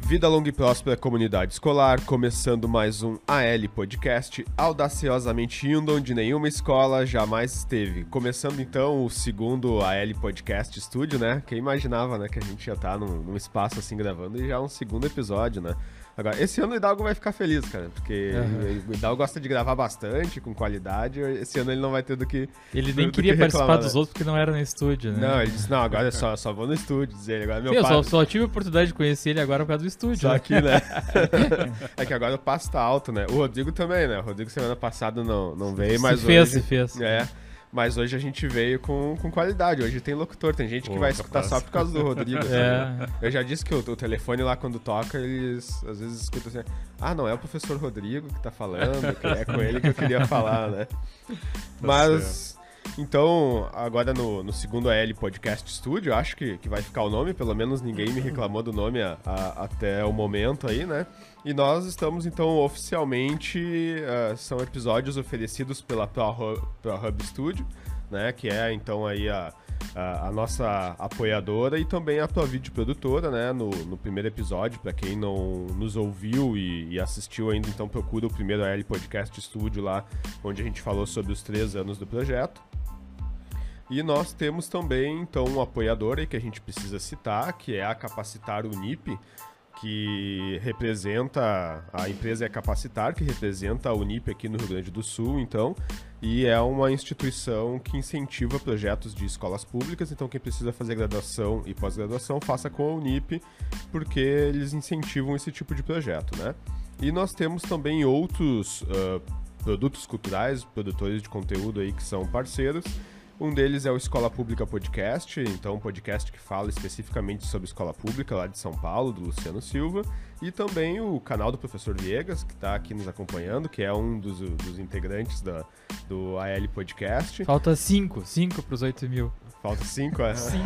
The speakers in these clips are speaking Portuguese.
Vida longa e próspera comunidade escolar, começando mais um AL Podcast, audaciosamente indo onde nenhuma escola jamais esteve. Começando então o segundo AL Podcast Studio, né? Quem imaginava, né, que a gente ia estar num espaço assim gravando e já um segundo episódio, né? Agora, esse ano o Hidalgo vai ficar feliz, cara, porque o Hidalgo gosta de gravar bastante, com qualidade. Esse ano ele não vai ter do que Ele nem queria participar dos outros porque não era no estúdio, né? Não, ele disse, não, agora eu só vou no estúdio, dizer ele. Agora meu Sim, pai... eu só tive a oportunidade de conhecer ele agora por causa do estúdio. Só né? que, né? É que agora o passo tá alto, né? O Rodrigo também, né? O Rodrigo semana passada não veio, mas hoje... Se fez. É, mas hoje a gente veio com qualidade. Hoje tem locutor, tem gente que vai escutar só por causa do Rodrigo. Assim. Eu já disse que o telefone lá, quando toca, eles às vezes escutam assim, ah, não é o professor Rodrigo que tá falando, que é com ele que eu queria falar, né? Mas... Então, agora no segundo AL Podcast Studio, acho que vai ficar o nome, pelo menos ninguém me reclamou do nome até o momento aí, né? E nós estamos, então, oficialmente, são episódios oferecidos pela ProHub Studio, né? Que é, então, aí a nossa apoiadora e também a ProVideo produtora, né? No primeiro episódio, para quem não nos ouviu e assistiu ainda, então procura o primeiro AL Podcast Studio lá, onde a gente falou sobre os 3 anos do projeto. E nós temos também, então, um apoiador aí que a gente precisa citar, que é a Capacitar Unip, que representa, a empresa é a Capacitar, que representa a Unip aqui no Rio Grande do Sul, então, e é uma instituição que incentiva projetos de escolas públicas, então quem precisa fazer graduação e pós-graduação, faça com a Unip, porque eles incentivam esse tipo de projeto, né? E nós temos também outros produtos culturais, produtores de conteúdo aí que são parceiros. Um deles é o Escola Pública Podcast, então um podcast que fala especificamente sobre escola pública lá de São Paulo, do Luciano Silva, e também o canal do Professor Viegas, que está aqui nos acompanhando, que é um dos integrantes do AL Podcast. Falta 5 para os 8 mil. Falta 5, é? 5.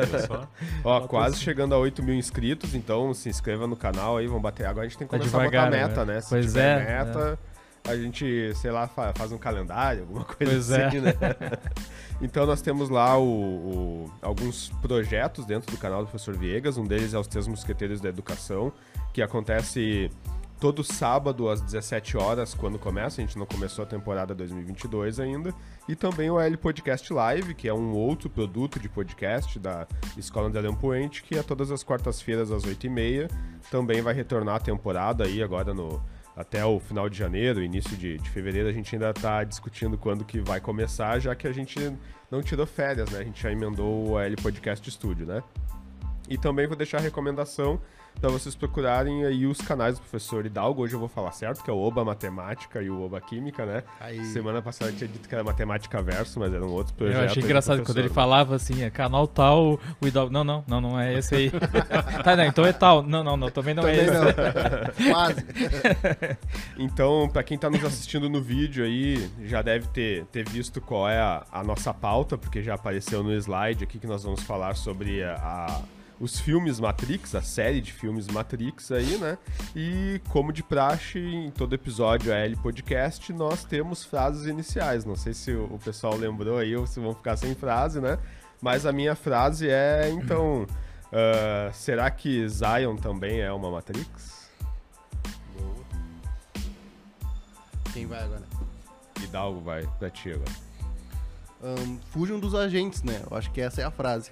Ó, quase chegando a 8 mil inscritos, então se inscreva no canal aí, vamos bater. Agora a gente tem que começar a botar meta, né? Se tiver meta... A gente, sei lá, faz um calendário, alguma coisa assim, né? Então nós temos lá alguns projetos dentro do canal do Professor Viegas. Um deles é os 3 Mosqueteiros da Educação, que acontece todo sábado às 17 horas, quando começa. A gente não começou a temporada 2022 ainda. E também o AL Podcast Live, que é um outro produto de podcast da Escola André Lampuente, que é todas as quartas-feiras às 8h30. Também vai retornar a temporada aí agora até o final de janeiro, início de fevereiro. A gente ainda está discutindo quando que vai começar, já que a gente não tirou férias, né? A gente já emendou o AL Podcast Studio, né? E também vou deixar a recomendação para vocês procurarem aí os canais do Professor Hidalgo. Hoje eu vou falar certo, que é o Oba Matemática e o Oba Química, né? Aí. Semana passada eu tinha dito que era Matemática Verso, mas era um outro projeto. Eu achei engraçado quando ele falava assim, canal tal, o Hidalgo... Não é esse aí. Tá, não, então é tal. Não, também não é esse. Quase. Então, para quem tá nos assistindo no vídeo aí, já deve ter visto qual é a nossa pauta, porque já apareceu no slide aqui que nós vamos falar sobre os filmes Matrix, a série de filmes Matrix aí, né? E como de praxe, em todo episódio AL Podcast, nós temos frases iniciais. Não sei se o pessoal lembrou aí ou se vão ficar sem frase, né? Mas a minha frase é, então, será que Zion também é uma Matrix? Quem vai agora? Hidalgo vai, pra ti agora. Fujam dos agentes, né? Eu acho que essa é a frase.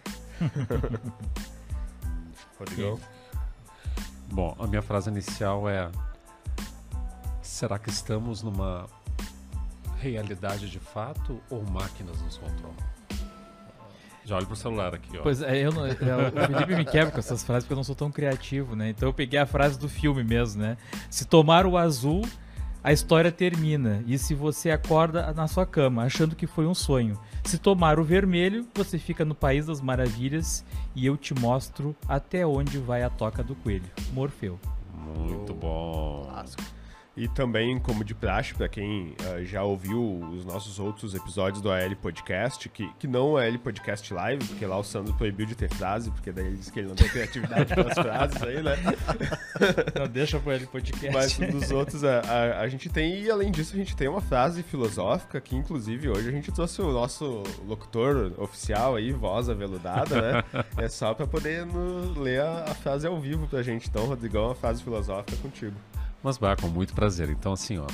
Rodrigo? Bom, a minha frase inicial é: será que estamos numa realidade de fato ou máquinas nos controlam? Já olho pro celular aqui, ó. Pois é, o Felipe me quebra com essas frases porque eu não sou tão criativo, né? Então eu peguei a frase do filme mesmo, né? Se tomar o azul, a história termina. E se você acorda na sua cama achando que foi um sonho, se tomar o vermelho, você fica no País das Maravilhas e eu te mostro até onde vai a toca do coelho. Morfeu. Muito bom. Clássico. E também, como de praxe, para quem já ouviu os nossos outros episódios do AL Podcast, que não é AL Podcast Live, porque lá o Sandro proibiu de ter frase, porque daí ele disse que ele não tem criatividade para as frases aí, né? Não deixa pro AL Podcast. Mas nos outros a gente tem, e além disso a gente tem uma frase filosófica, que inclusive hoje a gente trouxe o nosso locutor oficial aí, voz aveludada, né? É só para poder ler a frase ao vivo pra gente. Então, Rodrigão, a frase filosófica é contigo. Mas vai, com muito prazer. Então, assim, ó.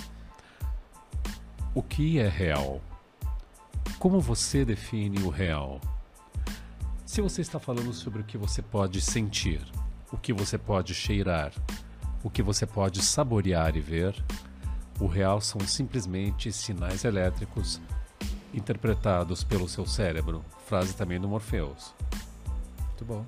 O que é real? Como você define o real? Se você está falando sobre o que você pode sentir, o que você pode cheirar, o que você pode saborear e ver, o real são simplesmente sinais elétricos interpretados pelo seu cérebro. Frase também do Morpheus. Muito bom.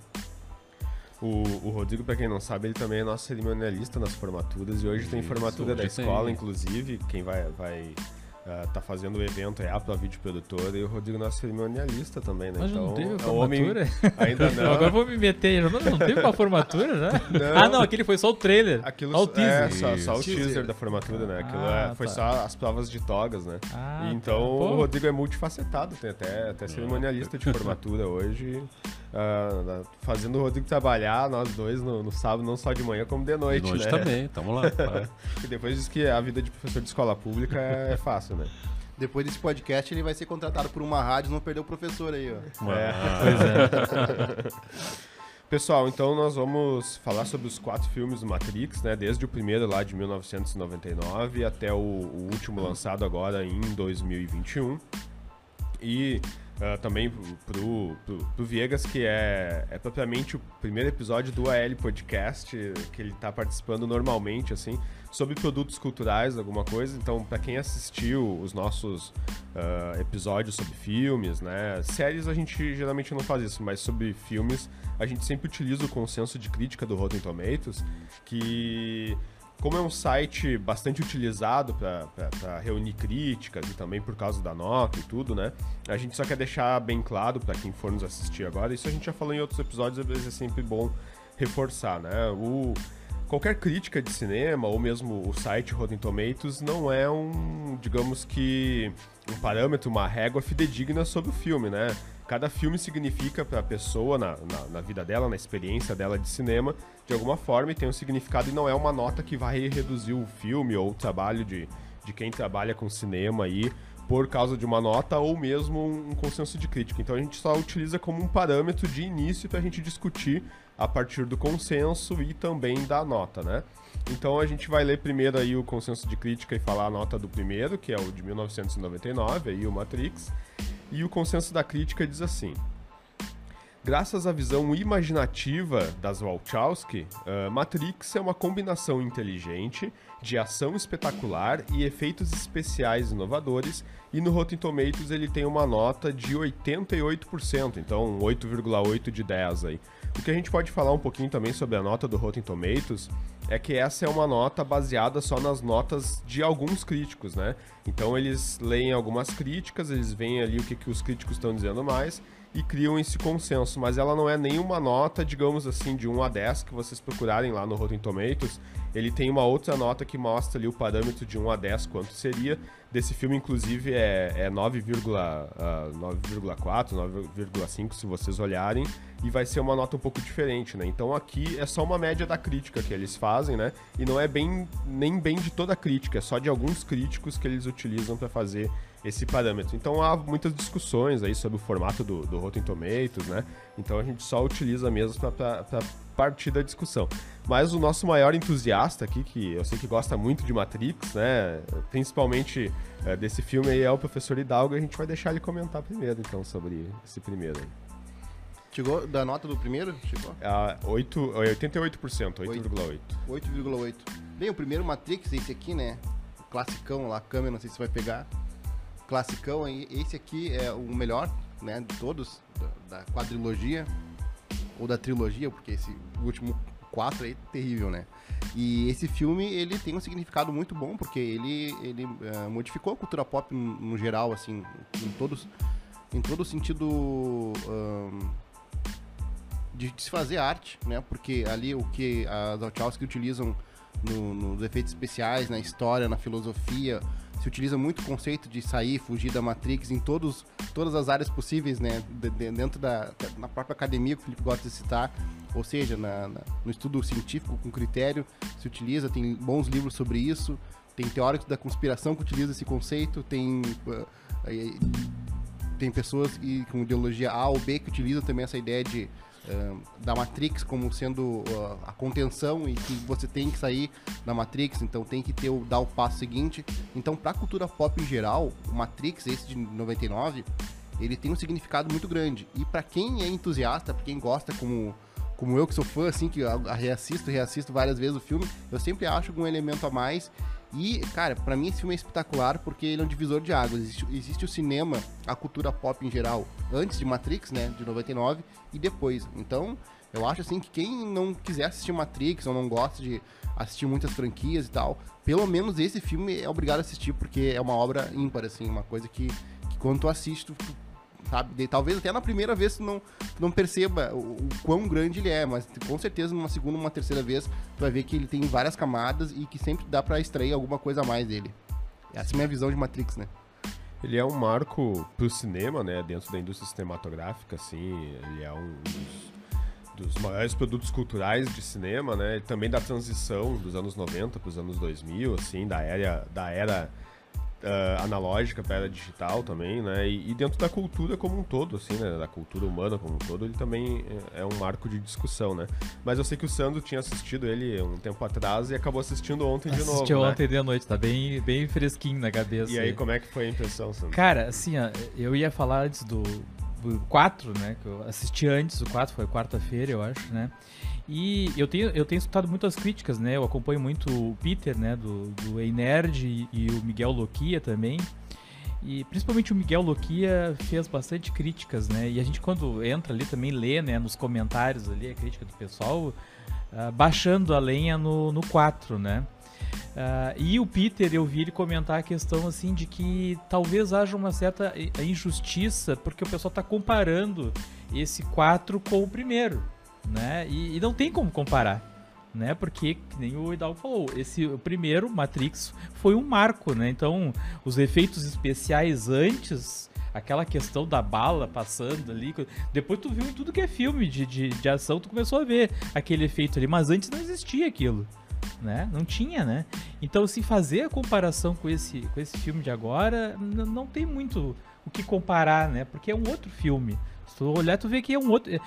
O Rodrigo, pra quem não sabe, ele também é nosso cerimonialista nas formaturas, e hoje tem formatura da escola, inclusive. Quem vai tá fazendo o evento é a Pro Vídeo Produtora, e o Rodrigo é nosso cerimonialista também, né? Mas então, não teve é formatura? Ainda não. Agora eu vou me meter. Não teve uma formatura, né? Não. Ah, não, aquele foi só o trailer. Aquilo Só o teaser. só o teaser da formatura, né? Aquilo foi tá. só as provas de togas, né? E então o Rodrigo é multifacetado, tem até cerimonialista de formatura hoje, fazendo o Rodrigo trabalhar, nós dois no sábado, não só de manhã, como de noite, de noite né? também, tamo lá. E depois diz que a vida de professor de escola pública é fácil, né? Depois desse podcast, ele vai ser contratado por uma rádio e não perder o professor aí, ó. Pois é. Pessoal, então nós vamos falar sobre os 4 filmes do Matrix, né? Desde o primeiro lá de 1999 até o último lançado agora em 2021. E também pro Viegas, que é propriamente o primeiro episódio do AL Podcast, que ele tá participando normalmente, assim, sobre produtos culturais, alguma coisa. Então, para quem assistiu os nossos episódios sobre filmes, né? Séries a gente geralmente não faz isso, mas sobre filmes a gente sempre utiliza o consenso de crítica do Rotten Tomatoes, que, como é um site bastante utilizado para reunir críticas e também por causa da nota e tudo, né? A gente só quer deixar bem claro para quem for nos assistir agora, isso a gente já falou em outros episódios, às vezes é sempre bom reforçar, né? Qualquer crítica de cinema, ou mesmo o site Rotten Tomatoes, não é digamos que, um parâmetro, uma régua fidedigna sobre o filme, né? Cada filme significa para a pessoa, na vida dela, na experiência dela de cinema, de alguma forma, e tem um significado, e não é uma nota que vai reduzir o filme ou o trabalho de quem trabalha com cinema aí por causa de uma nota, ou mesmo um consenso de crítica. Então a gente só utiliza como um parâmetro de início para a gente discutir a partir do consenso e também da nota, né? Então a gente vai ler primeiro aí o consenso de crítica e falar a nota do primeiro, que é o de 1999, aí o Matrix. E o consenso da crítica diz assim: graças à visão imaginativa das Wachowski, Matrix é uma combinação inteligente de ação espetacular e efeitos especiais inovadores, e no Rotten Tomatoes ele tem uma nota de 88%, então 8,8 de 10 aí. O que a gente pode falar um pouquinho também sobre a nota do Rotten Tomatoes é que essa é uma nota baseada só nas notas de alguns críticos, né? Então eles leem algumas críticas, eles veem ali o que os críticos estão dizendo mais e criam esse consenso, mas ela não é nenhuma nota, digamos assim, de 1 a 10 que vocês procurarem lá no Rotten Tomatoes. Ele tem uma outra nota que mostra ali o parâmetro de 1 a 10 quanto seria. Desse filme, inclusive, é 9,4, 9,5 se vocês olharem, e vai ser uma nota um pouco diferente, né? Então aqui é só uma média da crítica que eles fazem, né? E não é nem bem de toda a crítica, é só de alguns críticos que eles utilizam para fazer esse parâmetro. Então há muitas discussões aí sobre o formato do Rotten Tomatoes, né? Então a gente só utiliza mesmo para partir da discussão. Mas o nosso maior entusiasta aqui, que eu sei que gosta muito de Matrix, né? Principalmente desse filme aí, é o professor Hidalgo, e a gente vai deixar ele comentar primeiro, então, sobre esse primeiro aí. Chegou da nota do primeiro? Chegou? 88%, 8,8. 8,8. Bem, o primeiro Matrix, esse aqui, né? O classicão lá, a câmera, não sei se vai pegar. Classicão aí, esse aqui é o melhor, né? De todos, da quadrilogia, ou da trilogia, porque esse último 4 aí é terrível, né? E esse filme, ele tem um significado muito bom, porque ele modificou a cultura pop no geral, assim, em todo sentido de se fazer arte, né? Porque ali o que as Wachowski utilizam nos efeitos especiais, na história, na filosofia. Se utiliza muito o conceito de sair, fugir da Matrix em todas as áreas possíveis, né? Dentro na própria academia, que o Felipe gosta de citar, ou seja, no estudo científico com critério, se utiliza, tem bons livros sobre isso, tem teóricos da conspiração que utilizam esse conceito, tem pessoas com ideologia A ou B que utilizam também essa ideia da Matrix como sendo a contenção e que você tem que sair da Matrix, então tem que dar o passo seguinte. Então, para a cultura pop em geral, o Matrix, esse de 99, ele tem um significado muito grande. E para quem é entusiasta, para quem gosta, como eu que sou fã, assim, que reassisto várias vezes o filme, eu sempre acho um elemento a mais. E, cara, pra mim esse filme é espetacular porque ele é um divisor de águas. Existe o cinema, a cultura pop em geral, antes de Matrix, né, de 99, e depois. Então, eu acho, assim, que quem não quiser assistir Matrix ou não gosta de assistir muitas franquias e tal, pelo menos esse filme é obrigado a assistir porque é uma obra ímpar, assim, uma coisa que quando tu assiste, tu sabe, talvez até na primeira vez tu não perceba o quão grande ele é, mas com certeza numa segunda, uma terceira vez tu vai ver que ele tem várias camadas e que sempre dá pra extrair alguma coisa a mais dele. Essa é a minha visão de Matrix, né? Ele é um marco pro cinema, né, dentro da indústria cinematográfica, assim, ele é um dos maiores produtos culturais de cinema, né, e também da transição dos anos 90 pros anos 2000, assim, da era analógica para a era digital também, né? E dentro da cultura como um todo, assim, né? Da cultura humana como um todo, ele também é um marco de discussão, né? Mas eu sei que o Sandro tinha assistido ele um tempo atrás e acabou assistindo ontem de novo. Assistiu ontem de noite, tá bem fresquinho na cabeça. E aí, como é que foi a impressão, Sandro? Cara, assim, ó, eu ia falar antes do 4, né? Que eu assisti antes, o 4 foi quarta-feira, eu acho, né? E eu tenho escutado muitas críticas, né? Eu acompanho muito o Peter, né? Do Ei Nerd e o Miguel Loquia também. E principalmente o Miguel Loquia fez bastante críticas, né? E a gente quando entra ali também lê, né? Nos comentários ali a crítica do pessoal, baixando a lenha no 4, né? E o Peter, eu vi ele comentar a questão assim de que talvez haja uma certa injustiça porque o pessoal está comparando esse 4 com o primeiro, né? E não tem como comparar, né? Porque, que nem o Hidalgo falou, o primeiro, Matrix, foi um marco, né? Então, os efeitos especiais antes, aquela questão da bala passando ali, depois tu viu em tudo que é filme de ação, tu começou a ver aquele efeito ali, mas antes não existia aquilo, né? Não tinha, né? Então, se fazer a comparação com esse filme de agora, não tem muito o que comparar, né? Porque é um outro filme. Se tu olhar, tu vê que é um outro...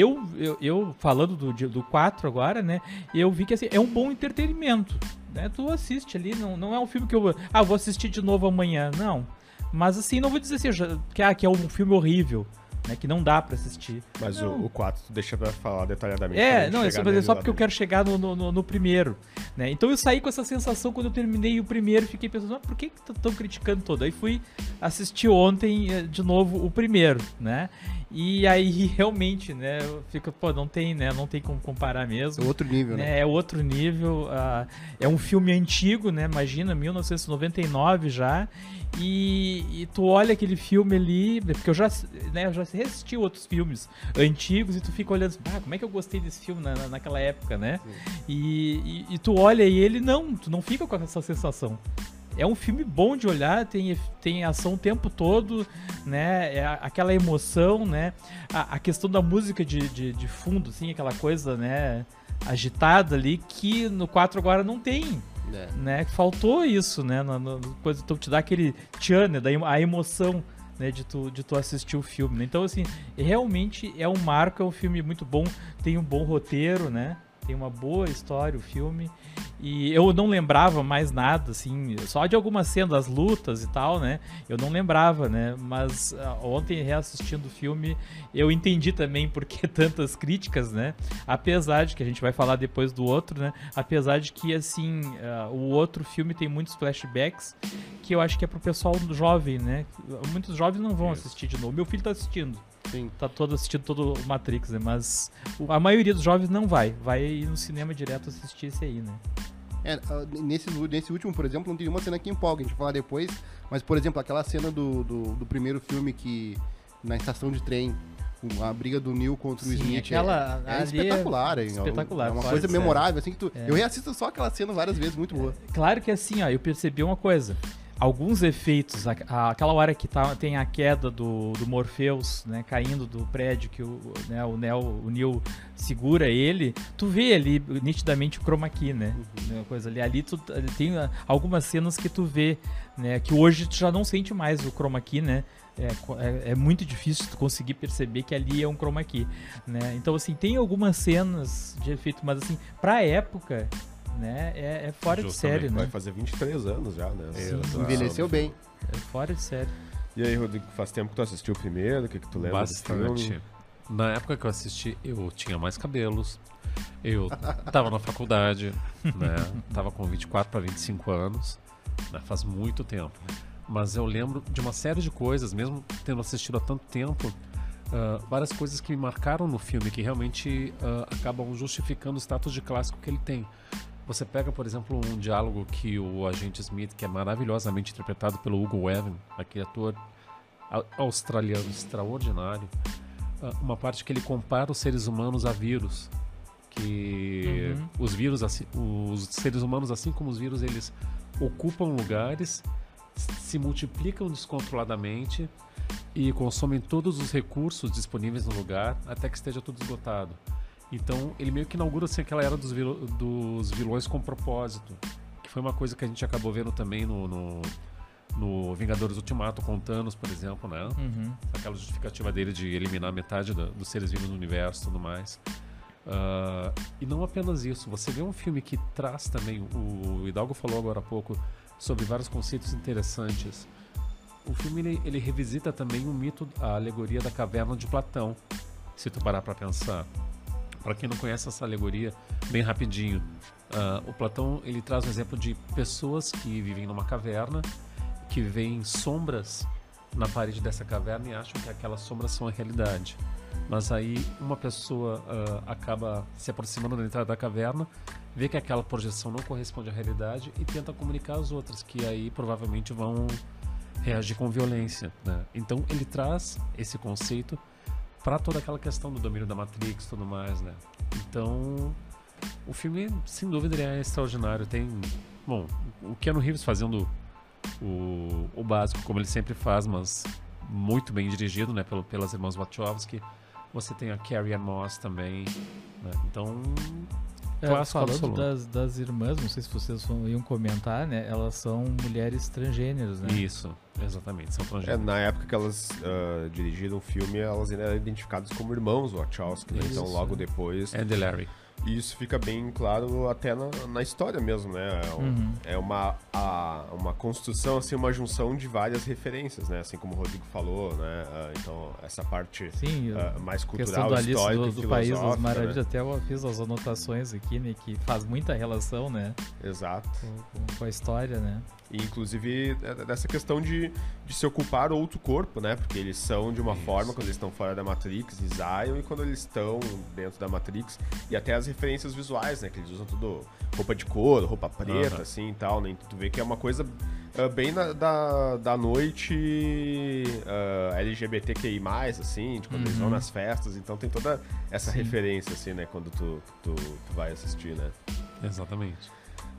Eu falando do 4 agora, né? Eu vi que assim, é um bom entretenimento, né? Tu assiste ali, não é um filme que eu vou assistir de novo amanhã, não. Mas assim, não vou dizer assim, que é um filme horrível, né, que não dá pra assistir. Mas o 4 tu deixa pra falar detalhadamente. É só porque eu quero chegar no primeiro, né? Então eu saí com essa sensação quando eu terminei o primeiro, fiquei pensando, por que estão criticando todo? Aí fui assistir ontem de novo o primeiro, né? E aí realmente, né, fica, não tem como comparar mesmo. É outro nível, né? É outro nível, é um filme antigo, né? Imagina, 1999 já. E tu olha aquele filme ali, porque eu já assisti outros filmes antigos e tu fica olhando, como é que eu gostei desse filme naquela época, né? E tu olha e tu não fica com essa sensação. É um filme bom de olhar, tem ação o tempo todo, né? É aquela emoção, né? A questão da música de fundo, assim, aquela coisa, né? Agitada ali, que no 4 agora não tem. Né? Faltou isso, né? Então te dá aquele tchan, né? A emoção, né? de tu assistir o filme, né? Então, assim, realmente é um marco, é um filme muito bom, tem um bom roteiro, né? Tem uma boa história o filme. E eu não lembrava mais nada, assim, só de algumas cenas das lutas e tal, né? Eu não lembrava, né? Mas ontem, reassistindo o filme, eu entendi também por que tantas críticas, né? Apesar de que a gente vai falar depois do outro, né? Apesar de que, assim, o outro filme tem muitos flashbacks que eu acho que é pro pessoal jovem, né? Muitos jovens não vão assistir de novo. Meu filho tá assistindo. Sim. Tá assistindo todo o Matrix, né? Mas a maioria dos jovens não vai ir no cinema direto assistir esse aí, né? Nesse último, por exemplo, não tem nenhuma cena que empolga, a gente vai falar depois, mas, por exemplo, aquela cena do primeiro filme que na estação de trem, A briga do Neo contra o Smith é espetacular, hein? Espetacular. É uma coisa memorável, assim, que eu reassisto só aquela cena várias vezes, muito boa. Claro que assim, ó, eu percebi uma coisa. Alguns efeitos, aquela hora que tem a queda do Morpheus, né, caindo do prédio, que o Neo segura ele, tu vê ali nitidamente o chroma key, né? Uma coisa ali. Ali tem algumas cenas que tu vê, né, que hoje tu já não sente mais o chroma key, né? É muito difícil tu conseguir perceber que ali é um chroma key, né? Então, assim, tem algumas cenas de efeito, mas assim, pra época, né, é fora de série, né? Vai fazer 23 anos já, né? Envelheceu bem. É fora de série. E aí, Rodrigo, faz tempo que tu assistiu o primeiro? O que tu lembra do filme? Na época que eu assisti, eu tinha mais cabelos, eu tava na faculdade, né? Tava com 24 para 25 anos, né? Faz muito tempo. Mas eu lembro de uma série de coisas, mesmo tendo assistido há tanto tempo, várias coisas que me marcaram no filme, que realmente acabam justificando o status de clássico que ele tem. Você pega, por exemplo, um diálogo que o agente Smith, que é maravilhosamente interpretado pelo Hugo Weaving, aquele ator australiano extraordinário, uma parte que ele compara os seres humanos a vírus, que os seres humanos, assim como os vírus, eles ocupam lugares, se multiplicam descontroladamente e consomem todos os recursos disponíveis no lugar até que esteja tudo esgotado. Então ele meio que inaugura assim, aquela era dos vilões com propósito, que foi uma coisa que a gente acabou vendo também no Vingadores Ultimato com Thanos, por exemplo, né? Aquela justificativa dele de eliminar metade dos seres vivos no universo e tudo mais. E não apenas isso, você vê um filme que traz também, o Hidalgo falou agora há pouco, sobre vários conceitos interessantes. O filme ele revisita também o mito, a alegoria da caverna de Platão, se tu parar para pensar. Para quem não conhece essa alegoria, bem rapidinho, o Platão ele traz um exemplo de pessoas que vivem numa caverna, que veem sombras na parede dessa caverna e acham que aquelas sombras são a realidade. Mas aí uma pessoa acaba se aproximando da entrada da caverna, vê que aquela projeção não corresponde à realidade e tenta comunicar às outras, que aí provavelmente vão reagir com violência, né? Então ele traz esse conceito para toda aquela questão do domínio da Matrix e tudo mais, né? Então o filme, sem dúvida, ele é extraordinário. Tem, bom, o Keanu Reeves fazendo o básico, como ele sempre faz, mas muito bem dirigido, né, pelas irmãs Wachowski. Você tem a Carrie-Anne Moss também, né? Então, falando das irmãs, não sei se vocês iam comentar, né? Elas são mulheres transgêneros, né? Isso, exatamente, são transgêneros. Na época que elas dirigiram o filme, elas ainda eram identificadas como irmãos Wachowski, né? Então logo depois... Andy Larry. E isso fica bem claro até na história mesmo, né? É uma construção, assim, uma junção de várias referências, né? Assim como o Rodrigo falou, né? Então, essa parte mais cultural, histórica e do País das Maravilhas, né? Até eu fiz as anotações aqui, né? Que faz muita relação, né? Exato. Com a história, né? E, inclusive, dessa questão de se ocupar outro corpo, né? Porque eles são de uma forma quando eles estão fora da Matrix, Zion, e quando eles estão dentro da Matrix. E até as referências visuais, né? Que eles usam tudo roupa de couro, roupa preta, assim, e tal, né? Então, tu vê que é uma coisa bem da noite LGBTQI+, assim, de quando eles vão nas festas. Então tem toda essa referência, assim, né? Quando tu vai assistir, né? Exatamente.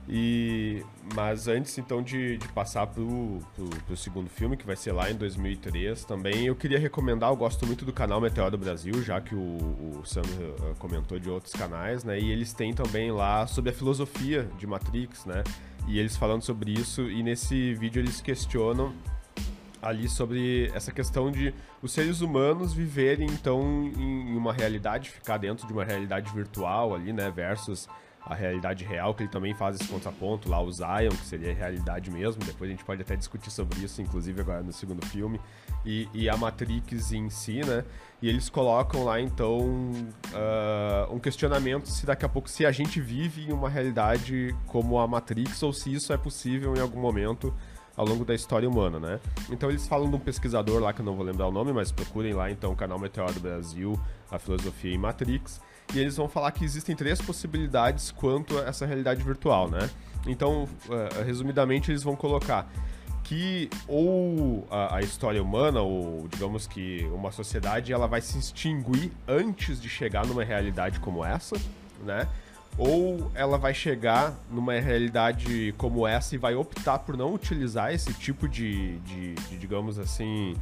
Mas antes, então, de passar pro segundo filme, que vai ser lá em 2003, também eu queria recomendar, eu gosto muito do canal Meteoro Brasil, já que o Sandro comentou de outros canais, né? E eles têm também lá sobre a filosofia de Matrix, né? E eles falando sobre isso, e nesse vídeo eles questionam ali sobre essa questão de os seres humanos viverem, então, em uma realidade, ficar dentro de uma realidade virtual ali, né? Versus a realidade real, que ele também faz esse contraponto lá, o Zion, que seria a realidade mesmo. Depois a gente pode até discutir sobre isso, inclusive agora no segundo filme, e a Matrix em si, né? E eles colocam lá, então, um questionamento se daqui a pouco, se a gente vive em uma realidade como a Matrix, ou se isso é possível em algum momento ao longo da história humana, né? Então eles falam de um pesquisador lá, que eu não vou lembrar o nome, mas procurem lá, então, o canal Meteoro Brasil, a filosofia em Matrix. E eles vão falar que existem 3 possibilidades quanto a essa realidade virtual, né? Então, resumidamente, eles vão colocar que ou a história humana, ou digamos que uma sociedade, ela vai se extinguir antes de chegar numa realidade como essa, né? Ou ela vai chegar numa realidade como essa e vai optar por não utilizar esse tipo de digamos assim,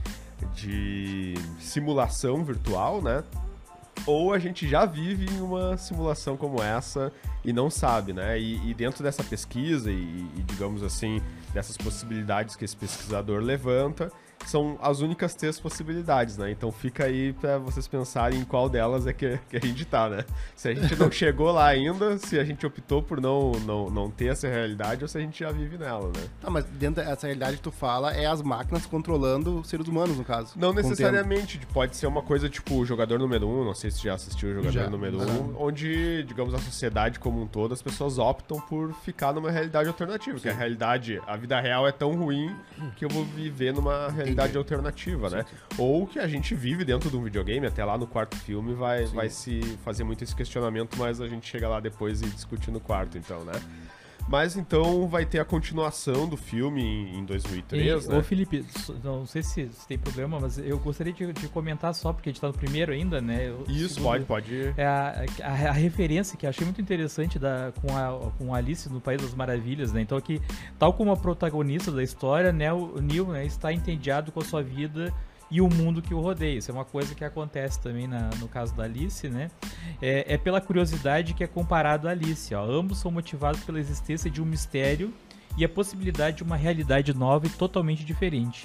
de simulação virtual, né? Ou a gente já vive em uma simulação como essa e não sabe, né? E dentro dessa pesquisa e, digamos assim, dessas possibilidades que esse pesquisador levanta, são as únicas 3 possibilidades, né? Então fica aí pra vocês pensarem em qual delas é que a gente tá, né? Se a gente não chegou lá ainda, se a gente optou por não ter essa realidade ou se a gente já vive nela, né? Tá, mas dentro dessa realidade que tu fala é as máquinas controlando os seres humanos, no caso. Não necessariamente, pode ser uma coisa tipo o Jogador Número 1, não sei se já assistiu o Jogador Número 1, onde, digamos, a sociedade como um todo, as pessoas optam por ficar numa realidade alternativa, que a realidade, a vida real é tão ruim que eu vou viver numa realidade alternativa, né? Ou que a gente vive dentro de um videogame, até lá no quarto filme vai se fazer muito esse questionamento, mas a gente chega lá depois e discute no quarto, então, né? Mas então vai ter a continuação do filme em 2003, né? Ô Felipe, não sei se tem problema, mas eu gostaria de comentar só, porque a gente tá no primeiro ainda, né? Isso, pode. É a referência que eu achei muito interessante com Alice no País das Maravilhas, né? Então aqui, tal como a protagonista da história, né, o Neil, né, está entediado com a sua vida e o mundo que o rodeia. Isso é uma coisa que acontece também no caso da Alice, né? É pela curiosidade que é comparado a Alice, ó. Ambos são motivados pela existência de um mistério e a possibilidade de uma realidade nova e totalmente diferente.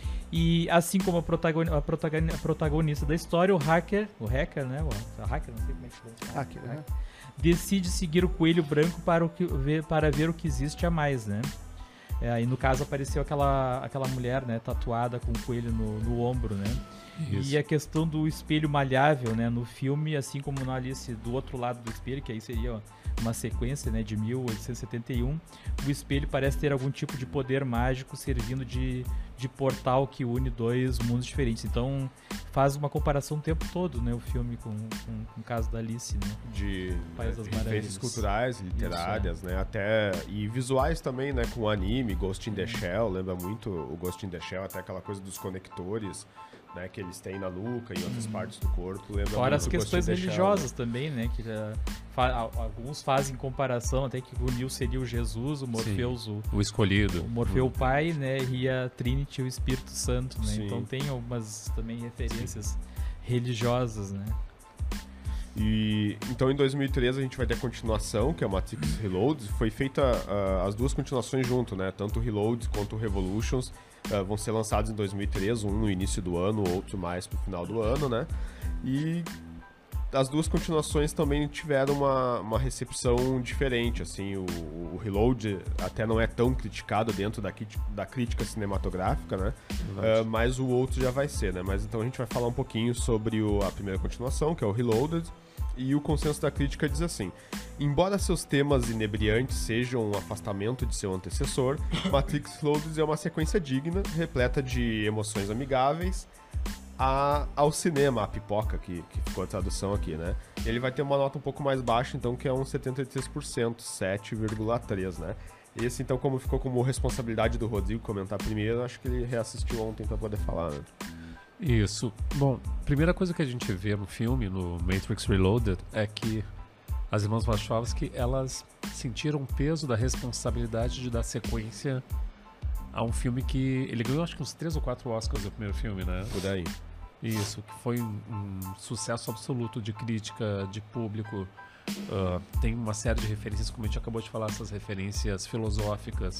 E assim como a protagonista da história, o hacker, né? O hacker, não sei como é que se chama. Hacker, né? Decide seguir o coelho branco para ver o que existe a mais, né? E no caso apareceu aquela mulher, né, tatuada com um coelho no ombro, né? Isso. E a questão do espelho malhável, né, no filme, assim como na Alice do outro lado do espelho, que aí seria uma sequência, né, de 1871, o espelho parece ter algum tipo de poder mágico servindo de portal que une 2 mundos diferentes. Então faz uma comparação o tempo todo, né, o filme com o caso da Alice, né? De referências culturais, literárias, isso, né, até e visuais também, né, com o anime, Ghost in the Shell, lembra muito o Ghost in the Shell, até aquela coisa dos conectores, né, que eles têm na nuca e em outras partes do corpo. Fora as questões religiosas também, né, que alguns fazem comparação até que o Neo seria o Jesus, o Morpheus o escolhido, o Morfeu o Pai, né, e a Trinity o Espírito Santo, né? Então tem algumas também referências religiosas, né? E então em 2013 a gente vai ter a continuação, que é o Matrix Reloads. Foi feita as 2 continuações junto, né? Tanto o Reloads quanto o Revolutions vão ser lançados em 2013, um no início do ano, outro mais pro final do ano, né? E as 2 continuações também tiveram uma recepção diferente, assim, o Reload até não é tão criticado dentro da crítica cinematográfica, né? Mas o outro já vai ser, né? Mas então a gente vai falar um pouquinho sobre a primeira continuação, que é o Reloaded, e o consenso da crítica diz assim: embora seus temas inebriantes sejam um afastamento de seu antecessor, Matrix Reloaded é uma sequência digna, repleta de emoções amigáveis, ao cinema, a pipoca, que ficou a tradução aqui, né? Ele vai ter uma nota um pouco mais baixa, então, que é um 73%, 7,3%, né? Esse, então, como ficou como responsabilidade do Rodrigo comentar primeiro, acho que ele reassistiu ontem para poder falar, né? Isso. Bom, primeira coisa que a gente vê no filme, no Matrix Reloaded, é que as irmãs Wachowski, elas sentiram o peso da responsabilidade de dar sequência a um filme que ele ganhou acho que uns 3 ou 4 Oscars no primeiro filme, né? Por aí. Isso, que foi um sucesso absoluto de crítica, de público. Tem uma série de referências, como a gente acabou de falar, essas referências filosóficas.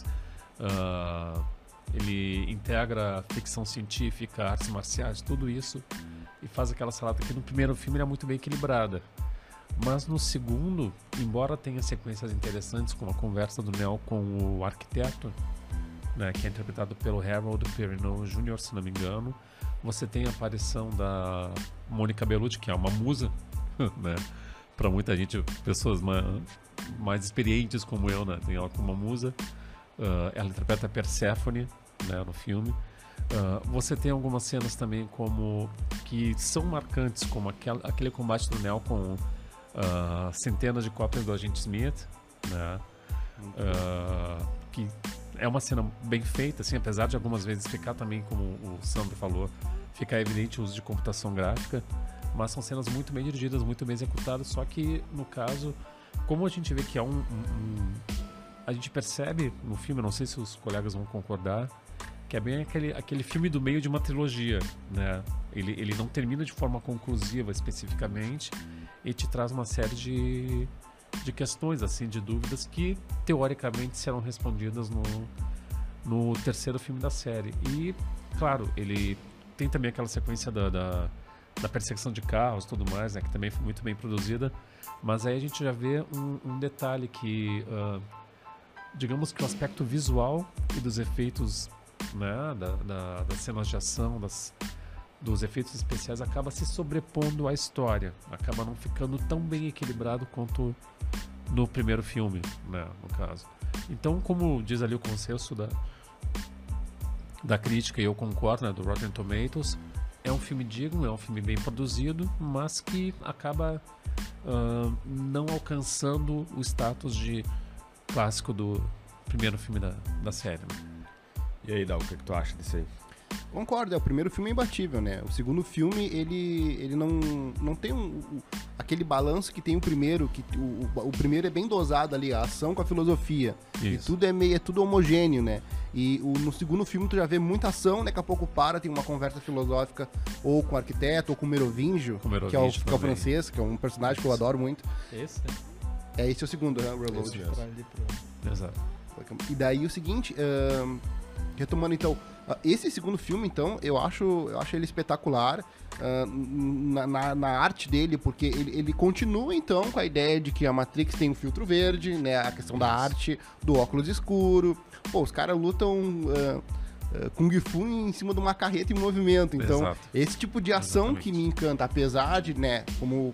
Ele integra ficção científica, artes marciais, tudo isso, e faz aquela salada que no primeiro filme era muito bem equilibrada. Mas no segundo, embora tenha sequências interessantes, como a conversa do Neo com o arquiteto, né, que é interpretado pelo Harold Perrineau Jr., se não me engano, você tem a aparição da Mônica Bellucci, que é uma musa, né? Para muita gente, pessoas mais experientes como eu, né, tem ela como uma musa. Ela interpreta a Perséfone, né, no filme. Você tem algumas cenas também que são marcantes, como aquele combate do Neo com centenas de cópias do Agente Smith, né, que é uma cena bem feita, assim, apesar de algumas vezes ficar também, como o Sandro falou, ficar evidente o uso de computação gráfica, mas são cenas muito bem dirigidas, muito bem executadas, só que, no caso, como a gente vê que é a gente percebe no filme, não sei se os colegas vão concordar, que é bem aquele filme do meio de uma trilogia, né? Ele não termina de forma conclusiva especificamente e te traz uma série de questões, assim, de dúvidas que teoricamente serão respondidas no terceiro filme da série. E, claro, ele tem também aquela sequência da perseguição de carros e tudo mais, né? Que também foi muito bem produzida, mas aí a gente já vê um detalhe que, digamos que o aspecto visual e dos efeitos, né, das cenas de ação, dos efeitos especiais acaba se sobrepondo à história, acaba não ficando tão bem equilibrado quanto no primeiro filme, né, no caso. Então, como diz ali o consenso da crítica, e eu concordo, né, do Rotten Tomatoes, é um filme digno, é um filme bem produzido, mas que acaba não alcançando o status de clássico do primeiro filme da série, né? E aí, Dal, o que tu acha disso aí? Concordo, o primeiro filme é imbatível, né? O segundo filme, ele não tem aquele balanço que tem o primeiro, que o primeiro é bem dosado ali, a ação com a filosofia. Isso. E é tudo homogêneo, né? E no segundo filme tu já vê muita ação, daqui a pouco tem uma conversa filosófica ou com o arquiteto, ou com o Merovingio, que é o francês, que é um personagem que eu adoro muito. Esse, né? Esse é o segundo, né? Reload. Exato. E daí o seguinte, retomando então, esse segundo filme, então, eu acho ele espetacular na arte dele, porque ele continua, então, com a ideia de que a Matrix tem um filtro verde, né, a questão da arte, do óculos escuro. Pô, os caras lutam Kung Fu em cima de uma carreta em movimento. Então, exato, esse tipo de ação que me encanta, apesar de, né, como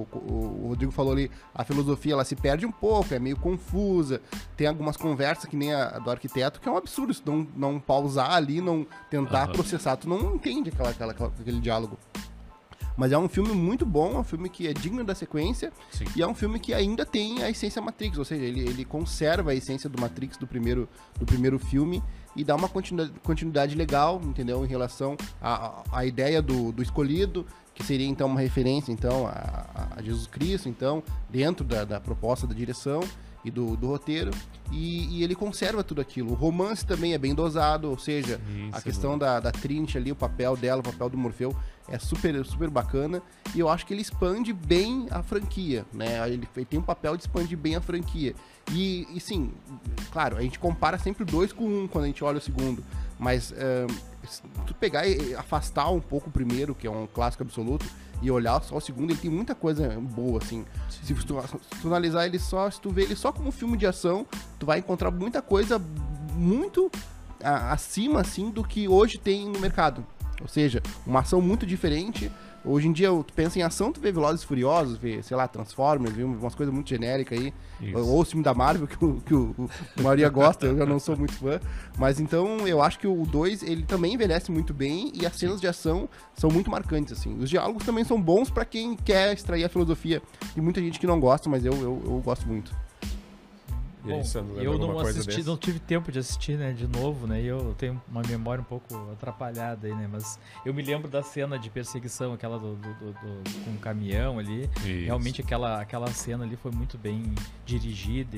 o Rodrigo falou ali, a filosofia ela se perde um pouco, é meio confusa, tem algumas conversas que nem a do arquiteto, que é um absurdo, se não pausar ali, não tentar processar, tu não entende aquele diálogo. Mas é um filme muito bom, é um filme que é digno da sequência. Sim. E é um filme que ainda tem a essência Matrix, ou seja, ele conserva a essência do Matrix do primeiro filme e dá uma continuidade legal, entendeu? Em relação à ideia do escolhido, que seria então uma referência então a Jesus Cristo, então, dentro da proposta da direção e do roteiro, e ele conserva tudo aquilo. O romance também é bem dosado, ou seja, a questão da Trinity ali, o papel dela, o papel do Morfeu é super, super bacana, e eu acho que ele expande bem a franquia, né? Ele tem um papel de expandir bem a franquia. E sim, claro, a gente compara sempre o 2 com o 1 quando a gente olha o segundo, mas se tu pegar e afastar um pouco o primeiro, que é um clássico absoluto, e olhar só o segundo, ele tem muita coisa boa, assim. Se tu analisar ele só, se tu ver ele só como um filme de ação, tu vai encontrar muita coisa muito acima, assim, do que hoje tem no mercado. Ou seja, uma ação muito diferente. Hoje em dia, tu pensa em ação, tu vê Velozes e Furiosos, vê, sei lá, Transformers, vê umas coisas muito genéricas aí. Isso. Ou o filme da Marvel, que a maioria gosta, eu já não sou muito fã. Mas então, eu acho que o 2, ele também envelhece muito bem e as cenas de ação são muito marcantes, assim. Os diálogos também são bons pra quem quer extrair a filosofia. Tem muita gente que não gosta, mas eu gosto muito. Bom, eu não assisti, não tive tempo de assistir, né, de novo, né, e eu tenho uma memória um pouco atrapalhada aí, né, mas eu me lembro da cena de perseguição, aquela com o caminhão ali. Isso. Realmente aquela cena ali foi muito bem dirigida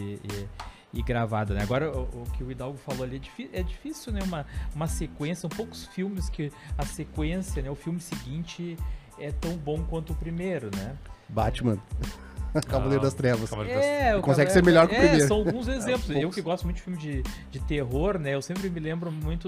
e gravada, né. Agora, o que o Hidalgo falou ali é difícil, né, uma sequência, são poucos filmes que a sequência, né, o filme seguinte é tão bom quanto o primeiro, né. Batman. Cavaleiro das Trevas. Consegue ser melhor que o primeiro. São alguns exemplos. Eu que gosto muito de filme de terror, né? Eu sempre me lembro muito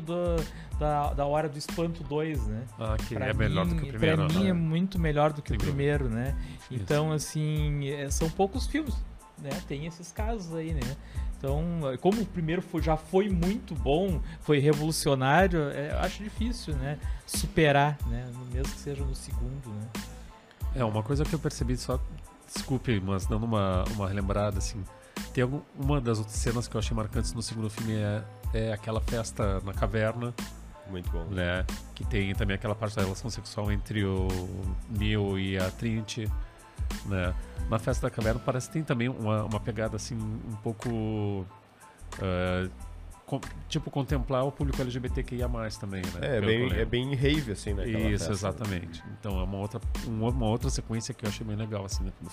da Hora do Espanto 2, né? Que pra é melhor do que o primeiro. Pra mim é muito melhor do que o primeiro, né? Então, assim, são poucos filmes, né? Tem esses casos aí, né? Então, como o primeiro já foi muito bom, foi revolucionário, eu acho difícil, né? Superar, né? Mesmo que seja no segundo, né? Uma coisa que eu percebi só... Desculpe, mas dando uma relembrada, assim, tem uma das outras cenas que eu achei marcantes no segundo filme é aquela festa na caverna. Muito bom. Né? Que tem também aquela parte da relação sexual entre o Neo e a Trinity, né? Na festa da caverna parece que tem também uma pegada, assim, um pouco tipo, contemplar o público LGBTQIA+, também, né? É bem rave, assim, né? Isso, exatamente. Então é uma outra sequência que eu achei bem legal, assim, dentro do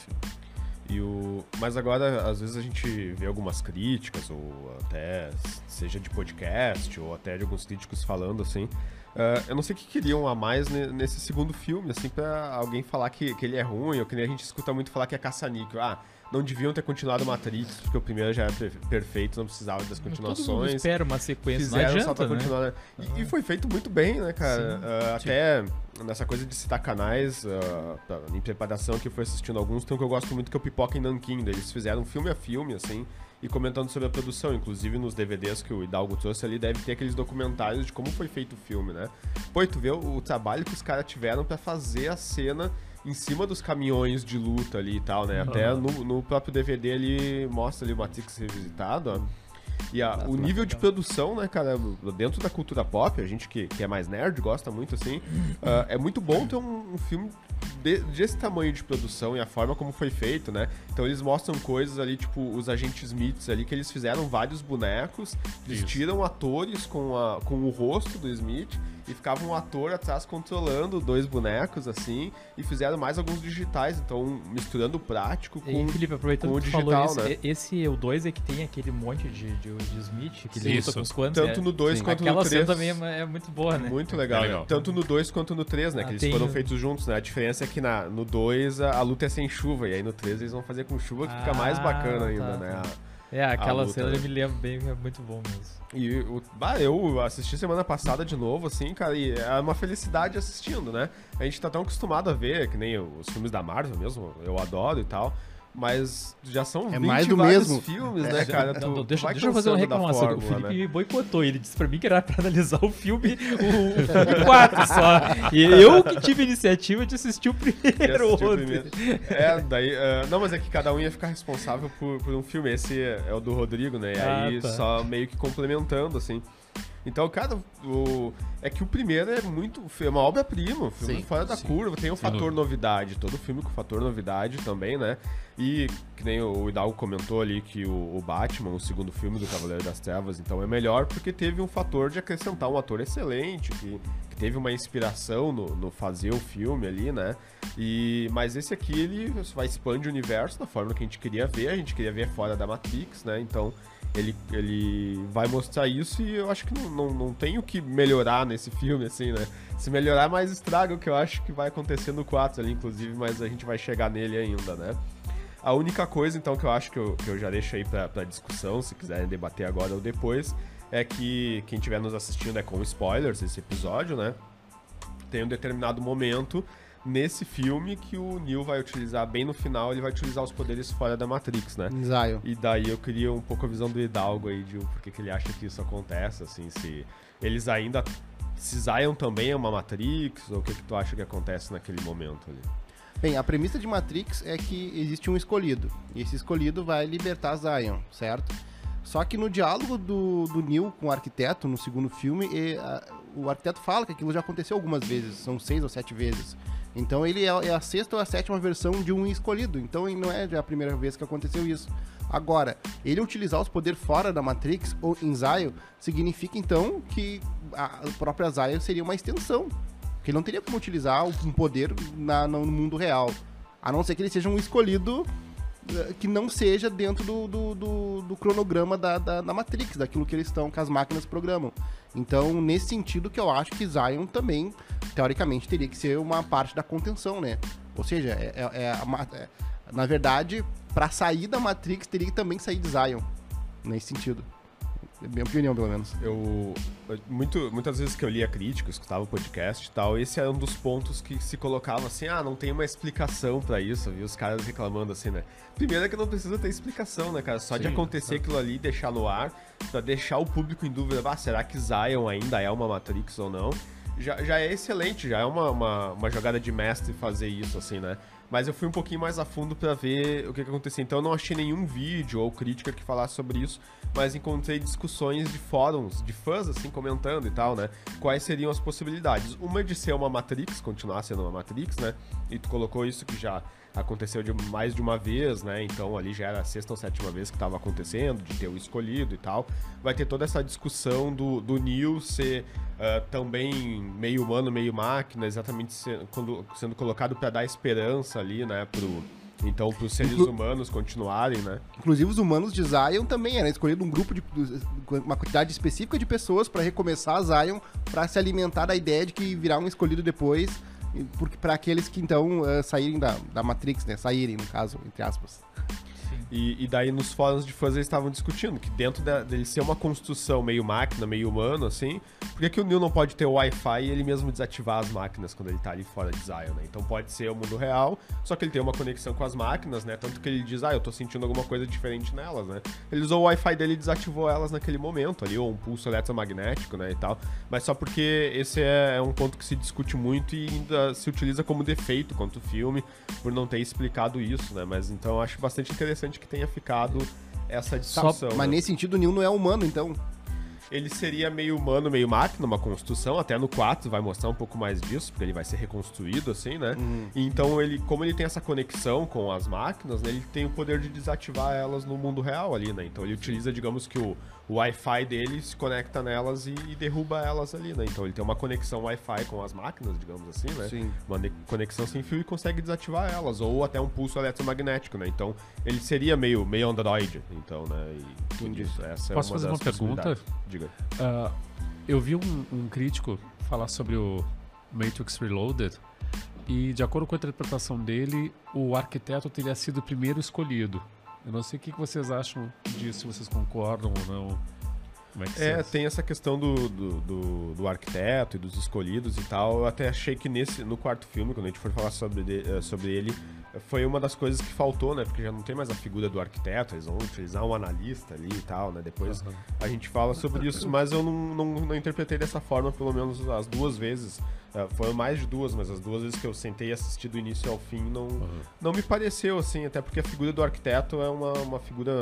filme. Mas agora, às vezes a gente vê algumas críticas, ou até seja de podcast, ou até de alguns críticos falando, assim, eu não sei o que queriam a mais nesse segundo filme, assim, pra alguém falar que ele é ruim, ou que nem a gente escuta muito falar que é caça-níquel. Não deviam ter continuado Matrix, porque o primeiro já era perfeito, não precisava das continuações. Todo mundo espera uma sequência, fizeram não adianta, só pra continuar, né? E foi feito muito bem, né, cara? Até nessa coisa de citar canais, em preparação, que eu fui assistindo alguns, tem um que eu gosto muito, que é o Pipoca em Nanquim. Eles fizeram filme a filme, assim, e comentando sobre a produção. Inclusive nos DVDs que o Hidalgo trouxe ali, deve ter aqueles documentários de como foi feito o filme, né? Pô, e tu vê o trabalho que os caras tiveram pra fazer a cena em cima dos caminhões de luta ali e tal, né? Até no próprio DVD ele mostra ali o Matrix revisitado, ó. E o nível de produção, né, cara, dentro da cultura pop, a gente que é mais nerd, gosta muito, assim, é muito bom ter um filme desse tamanho de produção e a forma como foi feito, né? Então eles mostram coisas ali, tipo, os agentes Smiths ali, que eles fizeram vários bonecos, eles tiram atores com o rosto do Smith e ficava um ator atrás controlando 2 bonecos, assim, e fizeram mais alguns digitais, então misturando o prático com, Felipe, aproveitando com o que digital, falou né? Esse, o 2 é que tem aquele monte de Smith, que ele luta com os quantos, tanto no 2 quanto aquela no 3. Aquela cena também é muito boa, né? Muito legal, né? Tanto no 2 quanto no 3, né? Que eles foram feitos juntos, né? A diferença é que no 2 a luta é sem chuva, e aí no 3 eles vão fazer com chuva, que fica mais bacana ainda, né? Aquela luta, cena eu me lembro bem, é muito bom mesmo. E eu assisti semana passada de novo, assim, cara, e é uma felicidade assistindo, né? A gente tá tão acostumado a ver, que nem os filmes da Marvel mesmo, eu adoro e tal, mas já são 20 mais do vários mesmo filmes, né, cara? Deixa eu fazer uma reclamação. O Felipe me boicotou. Ele disse pra mim que era pra analisar o filme 4 só. E eu que tive a iniciativa de assistir o primeiro ontem. Não, mas é que cada um ia ficar responsável por um filme. Esse é o do Rodrigo, né? E aí só meio que complementando, assim. Então, cara, é que o primeiro é uma obra-prima, um filme fora da curva, tem um fator novidade, todo filme com fator novidade também, né? E que nem o Hidalgo comentou ali que o Batman, o segundo filme do Cavaleiro das Trevas, então é melhor porque teve um fator de acrescentar um ator excelente, que teve uma inspiração no fazer o filme ali, né? Mas esse aqui, ele vai expandir o universo da forma que a gente queria ver fora da Matrix, né? Então ele vai mostrar isso e eu acho que não tem o que melhorar nesse filme, assim, né? Se melhorar, mais estraga o que eu acho que vai acontecer no 4 ali, inclusive, mas a gente vai chegar nele ainda, né? A única coisa, então, que eu acho que eu já deixo aí pra discussão, se quiserem debater agora ou depois, é que quem estiver nos assistindo é com spoilers esse episódio, né? Tem um determinado momento nesse filme que o Neo vai utilizar, bem no final, ele vai utilizar os poderes fora da Matrix, né? Zion. E daí eu queria um pouco a visão do Hidalgo aí de por que ele acha que isso acontece, assim, se eles ainda... Se Zion também é uma Matrix, ou o que tu acha que acontece naquele momento ali? Bem, a premissa de Matrix é que existe um escolhido, e esse escolhido vai libertar Zion, certo? Só que no diálogo do Neo com o arquiteto, no segundo filme, o arquiteto fala que aquilo já aconteceu algumas vezes, são 6 ou 7 vezes. Então ele é a 6ª ou a 7ª versão de um escolhido, então não é a primeira vez que aconteceu isso. Agora, ele utilizar os poderes fora da Matrix ou em Zion, significa então que a própria Zion seria uma extensão. Porque ele não teria como utilizar um poder no mundo real. A não ser que ele seja um escolhido que não seja dentro do cronograma da Matrix, daquilo que eles estão, que as máquinas programam. Então, nesse sentido que eu acho que Zion também, teoricamente, teria que ser uma parte da contenção, né? Ou seja, na verdade, para sair da Matrix, teria que também sair de Zion. Nesse sentido. É minha opinião, pelo menos. Muitas vezes que eu lia crítica, escutava o podcast e tal, esse era um dos pontos que se colocava assim, não tem uma explicação pra isso, viu? Os caras reclamando assim, né? Primeiro é que não precisa ter explicação, né, cara? Só de acontecer aquilo ali e deixar no ar, pra deixar o público em dúvida, será que Zion ainda é uma Matrix ou não? já é excelente, já é uma jogada de mestre fazer isso, assim, né? Mas eu fui um pouquinho mais a fundo pra ver o que acontecia. Então eu não achei nenhum vídeo ou crítica que falasse sobre isso, mas encontrei discussões de fóruns, de fãs, assim, comentando e tal, né? Quais seriam as possibilidades. Uma de ser uma Matrix, continuar sendo uma Matrix, né? E tu colocou isso que já aconteceu mais de uma vez, né? Então ali já era a 6ª ou 7ª vez que estava acontecendo, de ter o escolhido e tal. Vai ter toda essa discussão do Neo ser também meio humano, meio máquina, exatamente sendo colocado para dar esperança ali, né? Então, para os seres humanos continuarem, né? Inclusive, os humanos de Zion também era escolhido um grupo uma quantidade específica de pessoas para recomeçar Zion, para se alimentar da ideia de que virá um escolhido depois, para aqueles que então saírem da Matrix, né? Saírem, no caso, entre aspas. E daí nos fóruns de fãs eles estavam discutindo que dentro dele ser uma construção meio máquina, meio humano, assim, por que o Neo não pode ter o Wi-Fi e ele mesmo desativar as máquinas quando ele tá ali fora de Zion, né? Então pode ser o mundo real, só que ele tem uma conexão com as máquinas, né? Tanto que ele diz, eu tô sentindo alguma coisa diferente nelas, né? Ele usou o Wi-Fi dele e desativou elas naquele momento ali, ou um pulso eletromagnético, né, e tal. Mas só porque esse é um ponto que se discute muito e ainda se utiliza como defeito quanto o filme, por não ter explicado isso, né? Mas então eu acho bastante interessante que tenha ficado essa discussão. Mas nesse sentido, o Neo não é humano, então. Ele seria meio humano, meio máquina, uma construção. Até no 4 vai mostrar um pouco mais disso, porque ele vai ser reconstruído, assim, né? E então, como ele tem essa conexão com as máquinas, né, ele tem o poder de desativar elas no mundo real ali, né? Então ele utiliza, digamos que o Wi-Fi dele se conecta nelas e derruba elas ali, né? Então ele tem uma conexão Wi-Fi com as máquinas, digamos assim, né? Sim. Uma conexão sem fio e consegue desativar elas, ou até um pulso eletromagnético, né? Então ele seria meio Android, então, né? E isso, essa Posso fazer uma pergunta? Diga. Eu vi um crítico falar sobre o Matrix Reloaded e, de acordo com a interpretação dele, o arquiteto teria sido o primeiro escolhido. Eu não sei o que vocês acham disso, se vocês concordam ou não. Como é que tem essa questão do arquiteto e dos escolhidos e tal. Eu até achei que no quarto filme, quando a gente for falar sobre ele, foi uma das coisas que faltou, né? Porque já não tem mais a figura do arquiteto, eles vão utilizar um analista ali e tal, né? Depois a gente fala sobre isso, mas eu não interpretei dessa forma, pelo menos as 2 vezes. Foram mais de 2, mas as 2 vezes que eu sentei e assisti do início ao fim, não me pareceu, assim, até porque a figura do arquiteto é uma figura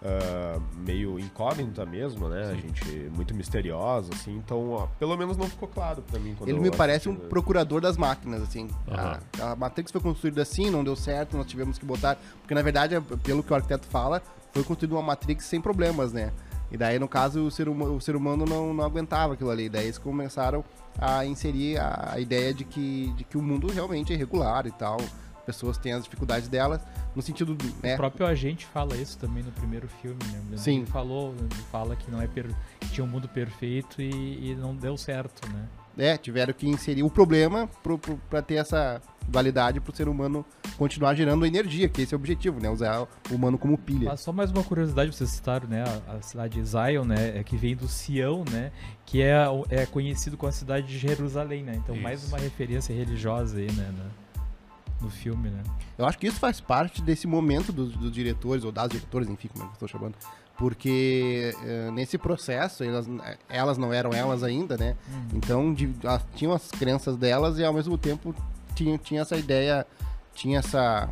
meio incógnita mesmo, né? A gente muito misteriosa, assim, então pelo menos não ficou claro pra mim. Ele me parece um procurador das máquinas, assim. A Matrix foi construída assim, não deu certo, nós tivemos que botar... Porque, na verdade, pelo que o arquiteto fala, foi construída uma Matrix sem problemas, né? E daí, no caso, o ser humano não aguentava aquilo ali. Daí eles começaram a inserir a ideia de que o mundo realmente é irregular e tal. Pessoas têm as dificuldades delas, no sentido... O próprio agente fala isso também no primeiro filme, né? Sim. Ele fala que não é que tinha um mundo perfeito e não deu certo, né? Tiveram que inserir o problema para ter essa dualidade para o ser humano continuar gerando energia, que esse é o objetivo, né? Usar o humano como pilha. Mas só mais uma curiosidade, vocês citaram, né? A cidade de Zion, né? Que vem do Sião, né? Que é conhecido como a cidade de Jerusalém, né? Então, mais uma referência religiosa aí, né? No filme, né? Eu acho que isso faz parte desse momento dos diretores, ou das diretoras, enfim, como eu estou chamando, porque nesse processo, elas não eram elas ainda, né? Então, tinham as crenças delas e, ao mesmo tempo, tinha essa ideia, tinha essa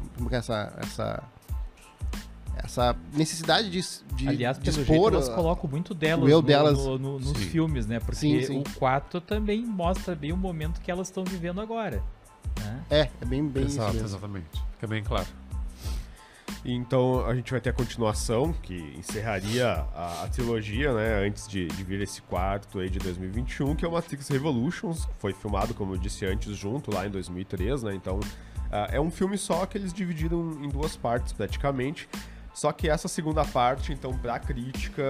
necessidade de aliás, pelo expor, jeito, elas colocam muito delas, nos filmes, né? Porque o 4 também mostra bem o momento que elas estão vivendo agora. Né? É bem Exato, isso. Exatamente. Fica bem claro. Então a gente vai ter a continuação, que encerraria a trilogia, né, antes de vir esse quarto aí de 2021, que é o Matrix Revolutions, que foi filmado, como eu disse antes, junto lá em 2003, né, então é um filme só que eles dividiram em 2 partes praticamente, só que essa segunda parte, então, pra crítica,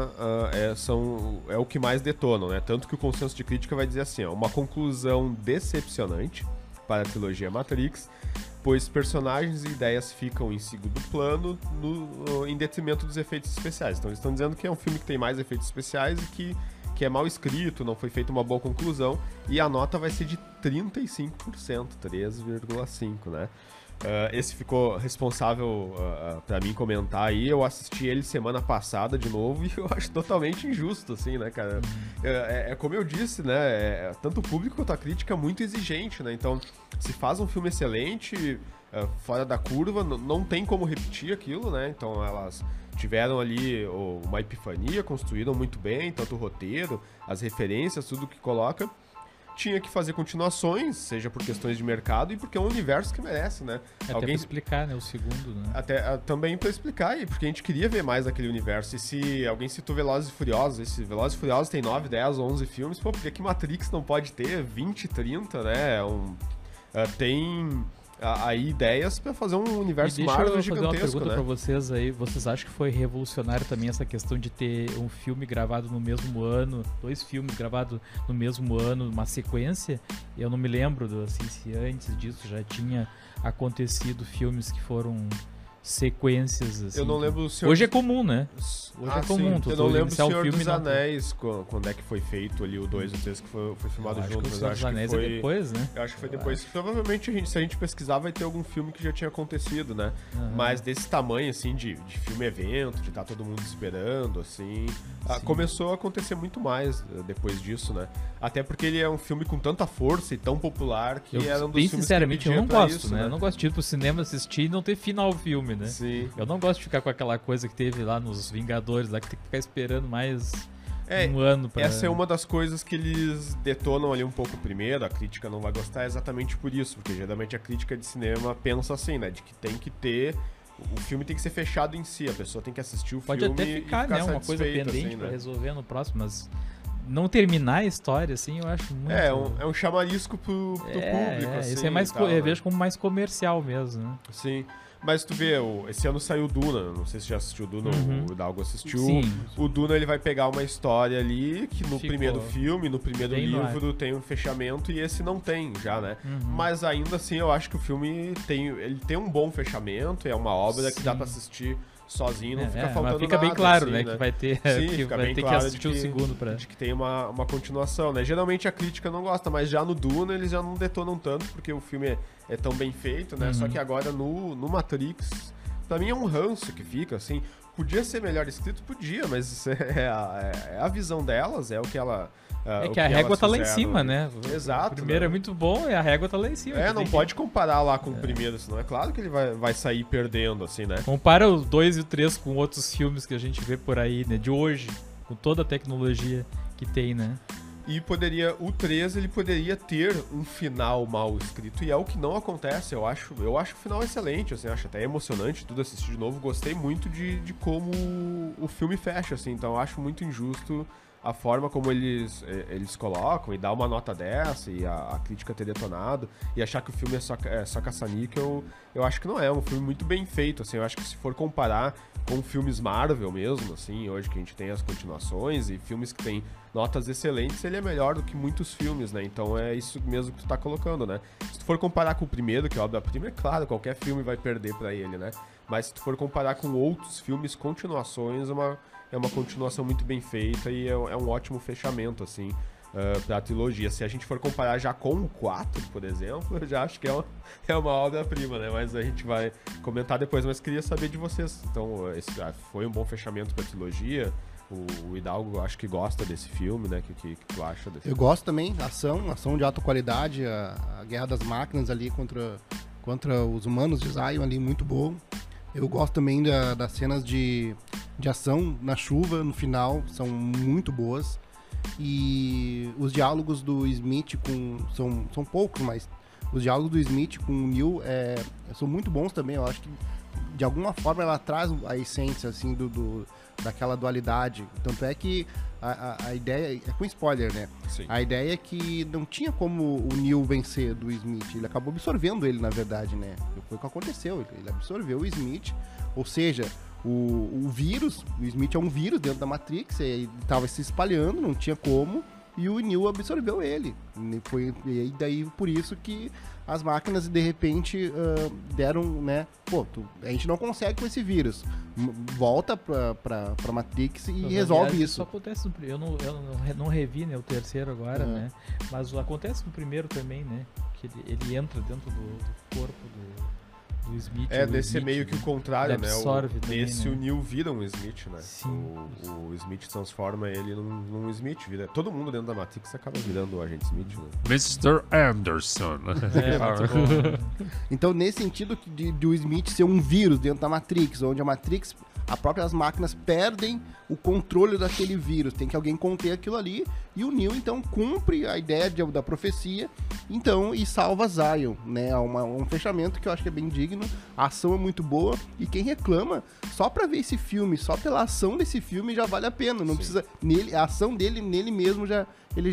é o que mais detonam, né, tanto que o consenso de crítica vai dizer assim, uma conclusão decepcionante para a trilogia Matrix, pois personagens e ideias ficam em segundo plano em detrimento dos efeitos especiais. Então eles estão dizendo que é um filme que tem mais efeitos especiais e que é mal escrito, não foi feita uma boa conclusão, e a nota vai ser de 35%, 3,5%, né? esse ficou responsável pra mim comentar aí. Eu assisti ele semana passada de novo e eu acho totalmente injusto, assim, né, cara? Como eu disse, né? Tanto o público quanto a crítica é muito exigente, né? Então, se faz um filme excelente, fora da curva, não tem como repetir aquilo, né? Então, elas tiveram ali uma epifania, construíram muito bem, tanto o roteiro, as referências, tudo que coloca. Tinha que fazer continuações, seja por questões de mercado e porque é um universo que merece, né? Até pra explicar, né? O segundo, né? Até também pra explicar, porque a gente queria ver mais daquele universo. E se alguém citou Velozes e Furiosos, esse Velozes e Furiosos tem 9, 10, 11 filmes, pô, por que Matrix não pode ter 20, 30, né? Tem aí ideias pra fazer um universo Marvel gigantesco, né? Deixa eu fazer uma pergunta pra vocês aí. Vocês acham que foi revolucionário também essa questão de ter um filme gravado no mesmo ano, 2 filmes gravados no mesmo ano, uma sequência? Eu não me lembro assim, se antes disso já tinha acontecido filmes que foram sequências, assim. Eu não lembro se hoje é comum, né? Hoje é comum. Eu não lembro o Senhor dos Anéis, quando é que foi feito ali o 2 e o 3 que foi filmado junto. O Senhor dos Anéis é depois, né? Eu acho que foi depois. Provavelmente, se a gente pesquisar, vai ter algum filme que já tinha acontecido, né? Mas desse tamanho, assim, de filme-evento, de estar todo mundo esperando, assim... começou a acontecer muito mais depois disso, né? Até porque ele é um filme com tanta força e tão popular que era um dos filmes sinceramente, que eu não gosto, isso, né? Eu não gosto de ir pro cinema assistir e não ter final filme, né? Sim. Eu não gosto de ficar com aquela coisa que teve lá nos Vingadores, lá que tem que ficar esperando mais um ano pra... Essa é uma das coisas que eles detonam ali um pouco primeiro, a crítica não vai gostar exatamente por isso, porque geralmente a crítica de cinema pensa assim, né? De que tem que ter... O filme tem que ser fechado em si, a pessoa tem que assistir o Pode filme até ficar, né? Uma coisa pendente assim, pra né? resolver no próximo, mas não terminar a história, assim, eu acho muito... É um chamarisco pro público, assim. Isso é mais, eu vejo como mais comercial mesmo, né? Sim. Mas tu vê, esse ano saiu o Duna, não sei se já assistiu o Duna, o Hidalgo assistiu. Sim. O Duna, ele vai pegar uma história ali que no primeiro filme, no primeiro livro tem um fechamento e esse não tem já, né? Mas ainda assim eu acho que o filme tem um bom fechamento, é uma obra que dá pra assistir sozinho, não fica faltando nada. Fica bem claro, assim, né? Que vai ter, que vai ter que assistir o segundo de que tem uma continuação, né? Geralmente a crítica não gosta, mas já no Duna eles já não detonam tanto, porque o filme é tão bem feito, né? Só que agora no Matrix, pra mim é um ranço que fica, assim. Podia ser melhor escrito? Podia, mas é a visão delas, é o que ela... que a régua tá lá em cima, né? Exato. O primeiro é muito bom e a régua tá lá em cima. Não pode comparar lá com o primeiro, senão é claro que ele vai sair perdendo, assim, né? Compara o 2 e o 3 com outros filmes que a gente vê por aí, né? De hoje, com toda a tecnologia que tem, né? E o 3 ele poderia ter um final mal escrito, e é o que não acontece. Eu acho o final excelente, assim, acho até emocionante tudo assistir de novo. Gostei muito de como o filme fecha, assim, então eu acho muito injusto a forma como eles colocam e dar uma nota dessa e a crítica ter detonado e achar que o filme é só caça-níquel. Eu acho que não é um filme muito bem feito, assim. Eu acho que se for comparar com filmes Marvel mesmo, assim, hoje que a gente tem as continuações e filmes que tem notas excelentes, ele é melhor do que muitos filmes, né? Então é isso mesmo que tu tá colocando, né? Se tu for comparar com o primeiro, que é obra-prima, é claro, qualquer filme vai perder pra ele, né? Mas se tu for comparar com outros filmes, continuações, é uma continuação muito bem feita e é um ótimo fechamento, assim, pra trilogia. Se a gente for comparar já com o 4, por exemplo, eu já acho que é uma obra-prima, né? Mas a gente vai comentar depois, mas queria saber de vocês. Então, esse foi um bom fechamento pra trilogia. O Hidalgo, acho que gosta desse filme, né? O que tu acha desse filme? Eu gosto também, ação de alta qualidade, a guerra das máquinas ali contra os humanos de Zion ali, muito bom. Eu gosto também das cenas de ação na chuva, no final, são muito boas. E os diálogos do Smith são poucos, mas os diálogos do Smith com o Neo são muito bons também. Eu acho que, de alguma forma, ela traz a essência, assim, daquela dualidade. Tanto é que a ideia... É com spoiler, né? Sim. A ideia é que não tinha como o Neo vencer do Smith. Ele acabou absorvendo ele, na verdade, né? Foi o que aconteceu. Ele absorveu o Smith. Ou seja, o vírus... O Smith é um vírus dentro da Matrix. Ele estava se espalhando, não tinha como. E o Neo absorveu ele. E daí, por isso que as máquinas, de repente, deram, né? Pô, a gente não consegue com esse vírus. Volta pra Matrix e resolve isso. Isso acontece no primeiro. Eu não revi, né, o terceiro agora, né? Mas acontece no primeiro também, né? Que ele entra dentro do corpo Smith. Deve ser meio que o contrário, né? Nesse o Neo vira um Smith, né? Sim. O Smith transforma ele num Smith. Todo mundo dentro da Matrix acaba virando o agente Smith, né? Mr. Anderson. Então, nesse sentido de o Smith ser um vírus dentro da Matrix, onde a Matrix, as próprias máquinas perdem o controle daquele vírus, tem que alguém conter aquilo ali, e o Neo, então, cumpre a ideia da profecia, então, e salva Zion, né? Um fechamento que eu acho que é bem digno, a ação é muito boa, e quem reclama, só pra ver esse filme, só pela ação desse filme já vale a pena, não precisa, a ação dele, nele mesmo, já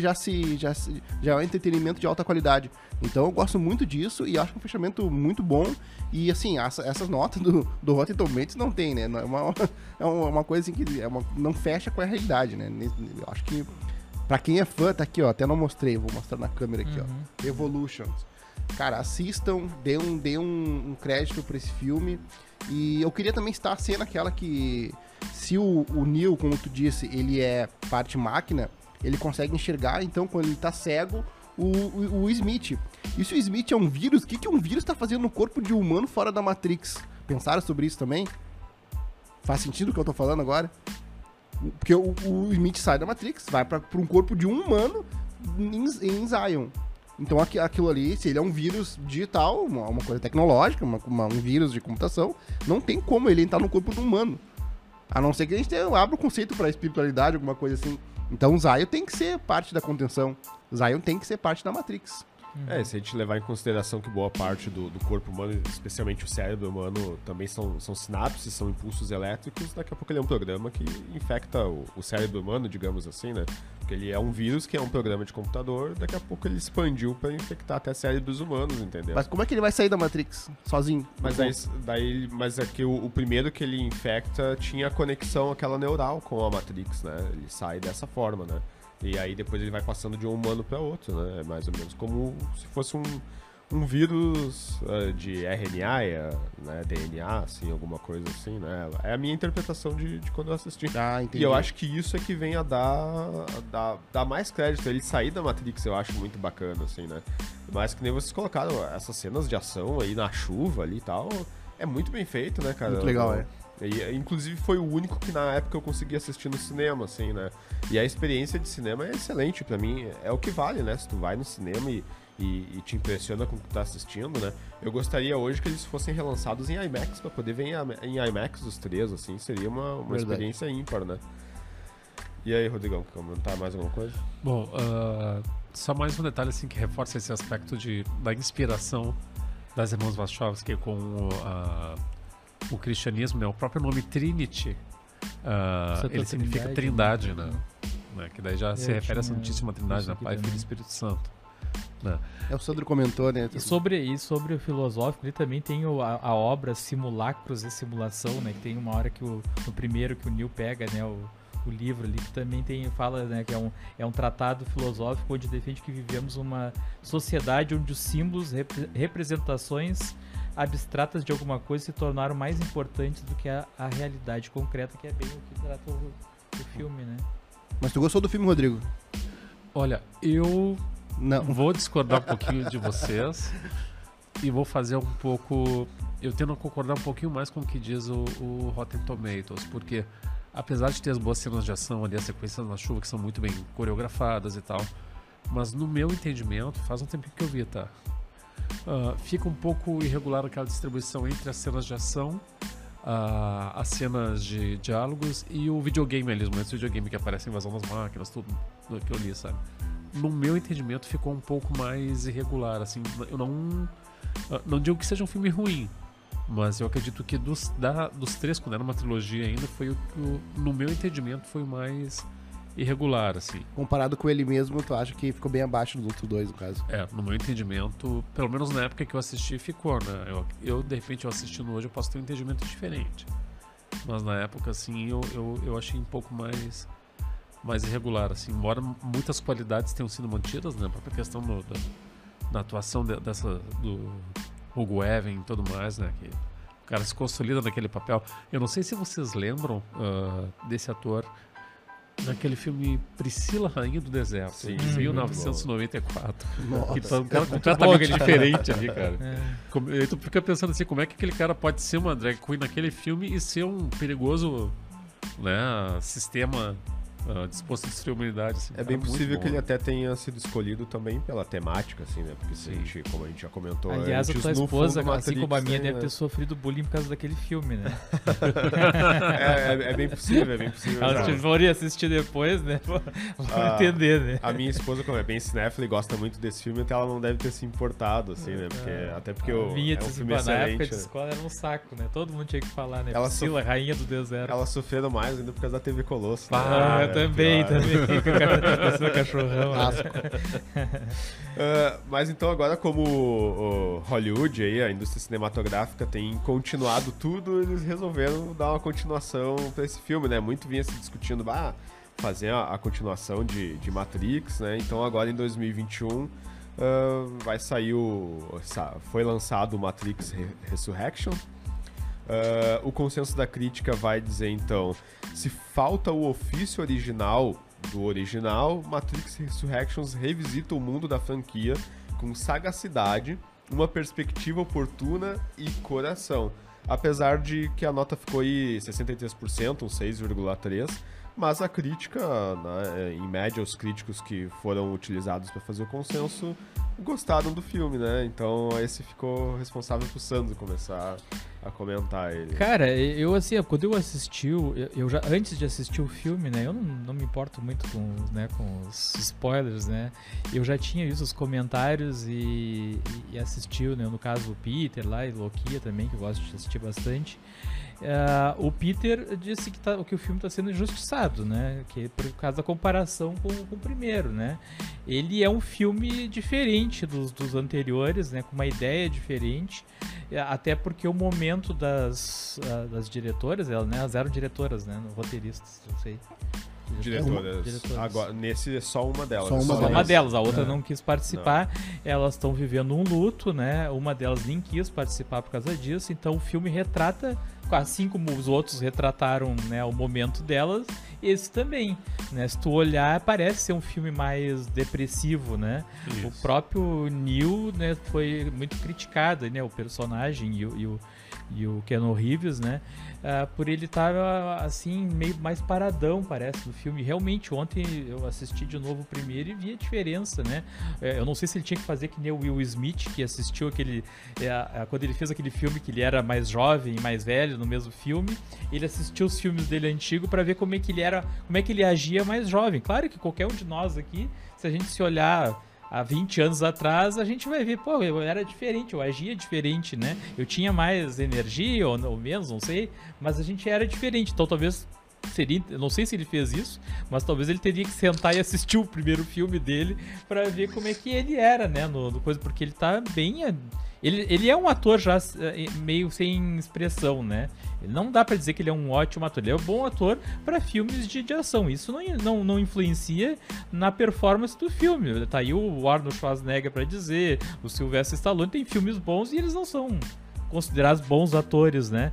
é um entretenimento de alta qualidade. Então eu gosto muito disso e acho um fechamento muito bom. E assim, essas notas do Rotten Tomatoes não tem, né? É uma coisa assim que não fecha com a realidade, né? Eu acho que pra quem é fã, tá aqui, ó, até não mostrei, vou mostrar na câmera aqui, ó. Evolutions. Cara, assistam, dê um crédito pra esse filme. E eu queria também citar a cena aquela que, se o Neo, como tu disse, ele é parte máquina, ele consegue enxergar, então, quando ele tá cego, o Smith. E se o Smith é um vírus, o que um vírus tá fazendo no corpo de um humano fora da Matrix? Pensaram sobre isso também? Faz sentido o que eu tô falando agora? Porque o Smith sai da Matrix, vai pra um corpo de um humano em Zion. Então aquilo ali, se ele é um vírus digital, uma coisa tecnológica, um vírus de computação, não tem como ele entrar no corpo de um humano. A não ser que a gente abra o conceito pra espiritualidade, alguma coisa assim. Então o Zion tem que ser parte da contenção. Zion tem que ser parte da Matrix. Se a gente levar em consideração que boa parte do corpo humano, especialmente o cérebro humano, também são sinapses, são impulsos elétricos, daqui a pouco ele é um programa que infecta o cérebro humano, digamos assim, né? Porque ele é um vírus que é um programa de computador, daqui a pouco ele expandiu pra infectar até cérebros humanos, entendeu? Mas como é que ele vai sair da Matrix sozinho? Mas é que o primeiro que ele infecta tinha conexão aquela neural com a Matrix, né? Ele sai dessa forma, né? E aí depois ele vai passando de um humano para outro, né? É mais ou menos como se fosse um vírus de RNA, né? DNA, assim, alguma coisa assim, né? É a minha interpretação de quando eu assisti. Entendi. E eu acho que isso é que vem a dar mais crédito. Ele sair da Matrix eu acho muito bacana, assim, né? Mas que nem vocês colocaram, essas cenas de ação aí na chuva ali e tal, é muito bem feito, né, cara? Muito legal, E, inclusive foi o único que na época eu consegui assistir no cinema, assim, né? E a experiência de cinema é excelente, pra mim é o que vale, né? Se tu vai no cinema e te impressiona com o que tu tá assistindo, né? Eu gostaria hoje que eles fossem relançados em IMAX, pra poder ver em IMAX os três, assim, seria uma experiência ímpar, né? E aí, Rodrigão, quer comentar mais alguma coisa? Bom, só mais um detalhe, assim, que reforça esse aspecto da inspiração das irmãs Wachowski com o cristianismo, né? O próprio nome Trinity, ele significa Trindade, né? Que daí já se refere à Santíssima Trindade, né? Pai, Filho e Espírito Santo. Né? O Sandro comentou, né? E sobre o filosófico, ele também tem a obra Simulacros e Simulação, né? Que tem uma hora que no primeiro que o Neo pega, né? O livro ali, que também fala, né? Que é um tratado filosófico onde defende que vivemos uma sociedade onde os símbolos, representações abstratas de alguma coisa se tornaram mais importantes do que a realidade concreta, que é bem o que trata o filme, né? Mas tu gostou do filme, Rodrigo? Olha, eu vou discordar um pouquinho de vocês e vou fazer um pouco... Eu tendo a concordar um pouquinho mais com o que diz o Rotten Tomatoes, porque apesar de ter as boas cenas de ação ali, as sequências na chuva que são muito bem coreografadas e tal, mas no meu entendimento, faz um tempinho que eu vi, tá? Fica um pouco irregular aquela distribuição entre as cenas de ação, as cenas de diálogos e o videogame ali, os momentos de videogame que aparece a invasão das máquinas, tudo que eu li, sabe? No meu entendimento ficou um pouco mais irregular, assim, eu não digo que seja um filme ruim, mas eu acredito que dos três, quando era uma trilogia ainda, foi no meu entendimento foi o mais irregular, assim. Comparado com ele mesmo, tu acha que ficou bem abaixo dos outros dois, no caso? No meu entendimento, pelo menos na época que eu assisti, ficou, né? Eu de repente, eu assistindo hoje, eu posso ter um entendimento diferente. Mas na época, assim, eu achei um pouco mais irregular, assim. Embora muitas qualidades tenham sido mantidas, né? A própria questão da atuação do Hugo Weaving e tudo mais, né? Que o cara se consolida naquele papel. Eu não sei se vocês lembram desse ator. naquele filme Priscila, Rainha do Deserto, Sim, de 1994. Nossa. Então, um cara completamente diferente ali, cara. Aí tu fica pensando assim, como é que aquele cara pode ser uma drag queen naquele filme e ser um perigoso, né, sistema disposto a destruir a humanidade. Assim, é bem possível que ele até tenha sido escolhido também pela temática, assim, né? Porque se a gente, como a gente já comentou aliás, antes, a tua esposa, fundo, assim como a minha, deve né? ter sofrido bullying por causa daquele filme, né? É bem possível, é bem possível. Ela se for assistir depois, né? Vão entender, né? A minha esposa, como é bem cinéfila e gosta muito desse filme, até ela não deve ter se importado, assim, né? Até porque a minha é um filme na época excelente. de escola era um saco, né? Todo mundo tinha que falar, né? Ela Priscila, Rainha do Deserto. Ela sofreu mais ainda por causa da TV Colosso. Eu também. Com cachorrão. Mas então agora, como o Hollywood, aí, a indústria cinematográfica tem continuado tudo, eles resolveram dar uma continuação pra esse filme, né? Muito vinha se discutindo, fazer a continuação de Matrix, né? Então agora em 2021 vai sair foi lançado o Matrix Resurrection. O consenso da crítica vai dizer, então, se falta o ofício original do original, Matrix Resurrections revisita o mundo da franquia com sagacidade, uma perspectiva oportuna e coração. Apesar de que a nota ficou aí 63%, um 6,3%, mas a crítica, né, em média, os críticos que foram utilizados para fazer o consenso gostaram do filme, né? Então esse ficou responsável pro Sandro começar a comentar ele. Cara, eu assim, quando eu assisti, eu já antes de assistir o filme, né? Eu não me importo muito com os spoilers, né? Eu já tinha visto os comentários e assistiu, né? No caso o Peter lá e Lokia também, que eu gosto de assistir bastante. O Peter disse que o filme está sendo injustiçado, né? Que por causa da comparação com o primeiro, né? Ele é um filme diferente dos anteriores, né? Com uma ideia diferente, até porque o momento das diretoras, elas eram diretoras, né? Roteiristas, não sei. Diretoras. Agora, nesse é só uma delas. Só uma delas, a outra não quis participar. Não. Elas estão vivendo um luto, né? Uma delas nem quis participar por causa disso. Então o filme retrata, assim como os outros retrataram, né, o momento delas, esse também, né? Se tu olhar, parece ser um filme mais depressivo, né? Isso. O próprio Neo, né, foi muito criticado, né? O personagem e o Keanu Reeves, né? Por ele estar assim, meio mais paradão, parece, no filme. Realmente, ontem eu assisti de novo o primeiro e vi a diferença, né? Eu não sei se ele tinha que fazer que nem o Will Smith, que assistiu aquele... quando ele fez aquele filme que ele era mais jovem e mais velho no mesmo filme, ele assistiu os filmes dele antigo para ver como é que ele era, como é que ele agia mais jovem. Claro que qualquer um de nós aqui, se a gente se olhar há 20 anos atrás, a gente vai ver, pô, eu era diferente, eu agia diferente, né? Eu tinha mais energia ou menos, não sei, mas a gente era diferente. Então talvez seria, eu não sei se ele fez isso, mas talvez ele teria que sentar e assistir o primeiro filme dele para ver como é que ele era, né? No coisa, porque ele tá bem... Ele é um ator já meio sem expressão, né? Não dá pra dizer que ele é um ótimo ator. Ele é um bom ator pra filmes de ação. Isso não influencia na performance do filme. Tá aí o Arnold Schwarzenegger pra dizer, o Sylvester Stallone tem filmes bons e eles não são considerados bons atores, né?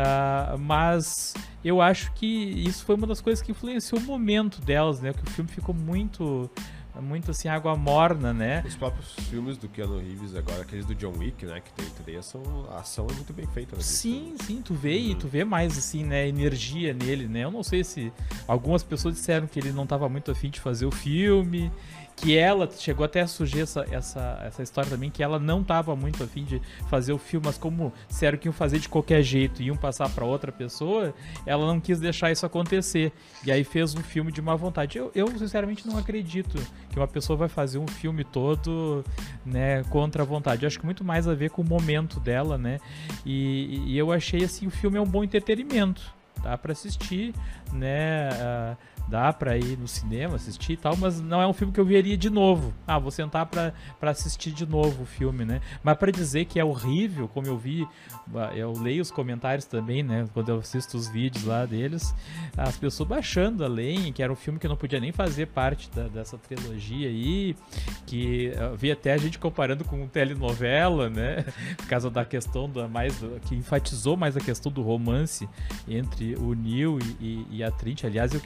Mas eu acho que isso foi uma das coisas que influenciou o momento delas, né? Que o filme ficou muito assim, água morna, né? Os próprios filmes do Keanu Reeves agora, aqueles do John Wick, né, que tem três, a ação é muito bem feita. Né, sim, tu vê mais, assim, né, energia nele, né? Eu não sei se algumas pessoas disseram que ele não estava muito afim de fazer o filme, que ela chegou até a surgir essa história também, que ela não estava muito afim de fazer o filme, mas como disseram que iam fazer de qualquer jeito e iam passar para outra pessoa, ela não quis deixar isso acontecer. E aí fez um filme de má vontade. Eu sinceramente não acredito que uma pessoa vai fazer um filme todo, né, contra a vontade. Eu acho que muito mais a ver com o momento dela, né? E eu achei, assim, o filme é um bom entretenimento. Dá para assistir, né? Dá pra ir no cinema, assistir e tal, mas não é um filme que eu veria de novo. Vou sentar pra assistir de novo o filme, né? Mas pra dizer que é horrível, como eu vi, eu leio os comentários também, né? Quando eu assisto os vídeos lá deles, as pessoas baixando a lenha, que era um filme que não podia nem fazer parte dessa trilogia aí, que eu vi até a gente comparando com telenovela, né? Por causa da questão que enfatizou mais a questão do romance entre o Neo e a Trinity. Aliás, eu queria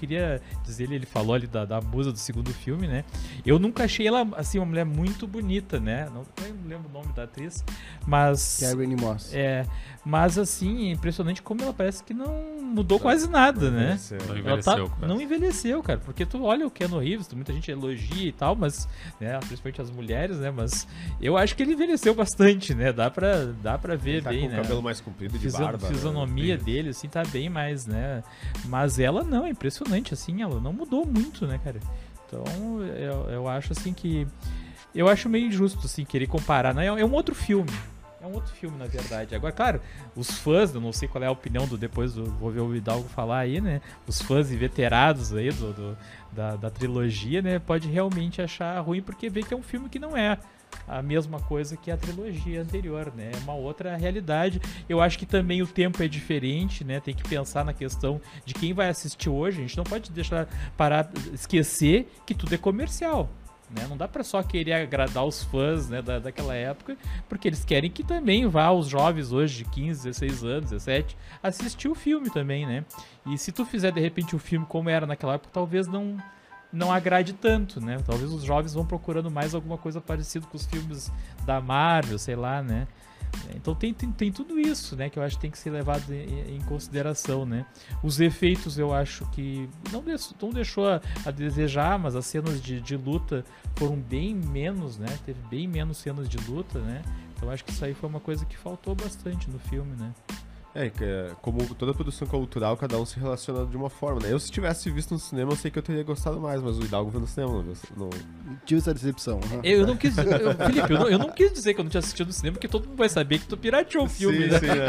diz ele falou ali da musa do segundo filme, né? Eu nunca achei ela, assim, uma mulher muito bonita, né? Não lembro o nome da atriz, mas... Carrie Moss. Mas, assim, é impressionante como ela parece que não mudou quase nada, né? Não envelheceu, não envelheceu, cara, porque tu olha o Keanu Reeves, muita gente elogia e tal, mas, né, principalmente as mulheres, né, mas eu acho que ele envelheceu bastante, né, dá pra ver tá bem, com né? o cabelo mais comprido de barba. A fisionomia dele, assim, tá bem mais, né, mas ela não, é impressionante, assim, ela não mudou muito, né, cara? Então, eu acho, assim, que... Eu acho meio injusto, assim, querer comparar, né? É um outro filme. É um outro filme, na verdade. Agora, claro, os fãs, eu não sei qual é a opinião vou ver o Hidalgo falar aí, né? Os fãs inveterados aí da trilogia, né? Pode realmente achar ruim porque vê que é um filme que não é a mesma coisa que a trilogia anterior, né? É uma outra realidade. Eu acho que também o tempo é diferente, né? Tem que pensar na questão de quem vai assistir hoje. A gente não pode esquecer que tudo é comercial. Né? Não dá pra só querer agradar os fãs, né, daquela época, porque eles querem que também vá os jovens hoje de 15, 16 anos, 17, assistir o filme também, né? E se tu fizer de repente o filme como era naquela época, talvez não agrade tanto, né? Talvez os jovens vão procurando mais alguma coisa parecida com os filmes da Marvel, sei lá, né? Então tem tudo isso, né, que eu acho que tem que ser levado em consideração, né? Os efeitos eu acho que não deixou a desejar, mas as cenas de luta foram bem menos, né? Teve bem menos cenas de luta, né? Então eu acho que isso aí foi uma coisa que faltou bastante no filme, né? Como toda produção cultural, cada um se relaciona de uma forma, né? Eu, se tivesse visto no cinema, eu sei que eu teria gostado mais, mas o Hidalgo viu no cinema, não... Tive essa decepção. Eu não quis... Felipe, eu não quis dizer que eu não tinha assistido no cinema, porque todo mundo vai saber que tu pirateou o filme, né? Sim, né?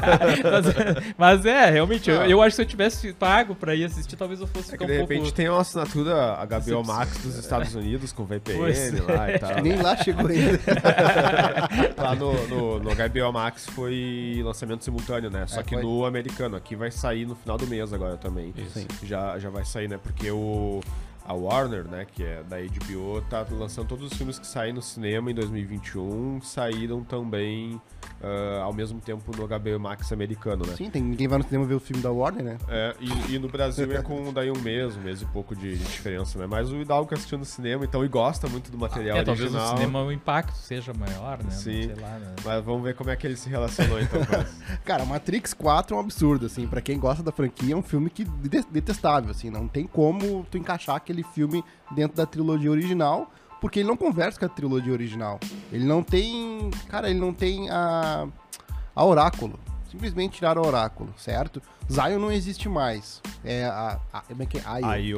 mas realmente, eu acho que se eu tivesse pago pra ir assistir, talvez eu fosse ficar um pouco... De repente tem uma assinatura HBO Max dos Estados Unidos, com VPN lá e tal. Nem lá chegou ainda. Lá no HBO Max foi lançamento simultâneo, né? Só que no americano, aqui vai sair no final do mês agora também. Isso. Já vai sair, né? Porque a Warner, né, que é da HBO, tá lançando todos os filmes que saem no cinema em 2021, saíram também ao mesmo tempo no HBO Max americano, né? Sim, ninguém vai no cinema ver o filme da Warner, né? E no Brasil é com daí um mês e pouco de diferença, né? Mas o Hidalgo que assistiu no cinema, então, e gosta muito do material original. Talvez no cinema o impacto seja maior, né? Sim, sei lá, né? Mas vamos ver como é que ele se relacionou, então, com isso. Cara, Matrix 4 é um absurdo, assim, pra quem gosta da franquia, é um filme que detestável, assim, não tem como tu encaixar aquele filme dentro da trilogia original, porque ele não conversa com a trilogia original. Ele não tem... Cara, ele não tem a Oráculo. Simplesmente tiraram o Oráculo, certo? Zion não existe mais. Como é que é? Ayo.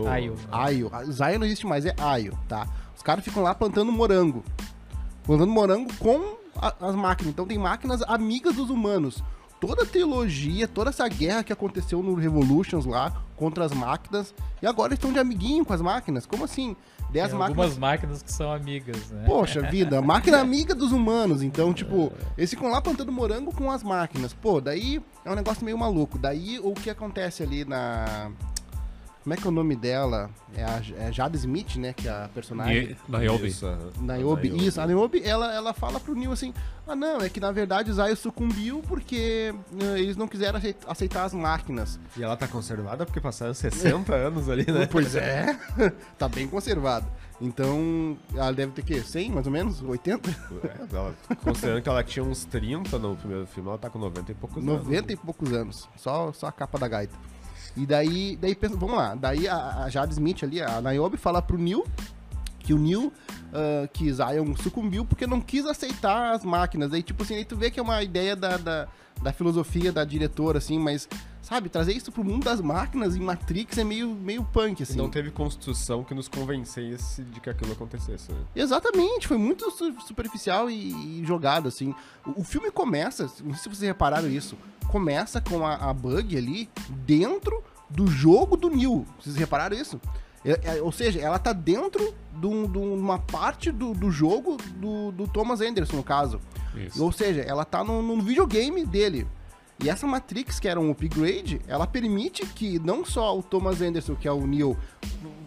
Zion não existe mais, é Ayo, tá? Os caras ficam lá plantando morango. Plantando morango com as máquinas. Então tem máquinas amigas dos humanos. Toda a trilogia, toda essa guerra que aconteceu no Revolutions lá, contra as máquinas, e agora estão de amiguinho com as máquinas. Como assim? Tem algumas máquinas que são amigas, né? Poxa vida, máquina amiga dos humanos. Então, tipo, eles ficam lá plantando morango com as máquinas. Pô, daí é um negócio meio maluco. Daí o que acontece ali na... Como é que é o nome dela? É a Jada Smith, né? Que é a personagem. Niobe. Isso, a Niobe, ela fala pro Neo assim: ah, não, é que na verdade o Zion sucumbiu porque eles não quiseram aceitar as máquinas. E ela tá conservada porque passaram 60 anos ali, né? Pois é, tá bem conservada. Então, ela deve ter o quê? 100, mais ou menos? 80? Considerando que ela tinha uns 30 no primeiro filme, ela tá com 90 e poucos anos. 90 e poucos anos. Só a capa da gaita. E daí vamos lá, daí a Jada Smith ali, a Niobe, fala pro Neo que o Neo, que Zion sucumbiu porque não quis aceitar as máquinas. Aí, tipo assim, aí tu vê que é uma ideia da filosofia da diretora, assim, mas, sabe, trazer isso pro mundo das máquinas em Matrix é meio punk, assim. E não teve construção que nos convencesse de que aquilo acontecesse, né? Exatamente, foi muito superficial e jogado, assim. O filme começa, não sei se vocês repararam isso, começa com a Bug ali dentro do jogo do Neo. Vocês repararam isso? Ou seja, ela tá dentro de uma parte do jogo do Thomas Anderson, no caso. Isso. Ou seja, ela tá no videogame dele. E essa Matrix, que era um upgrade, ela permite que não só o Thomas Anderson, que é o Neo,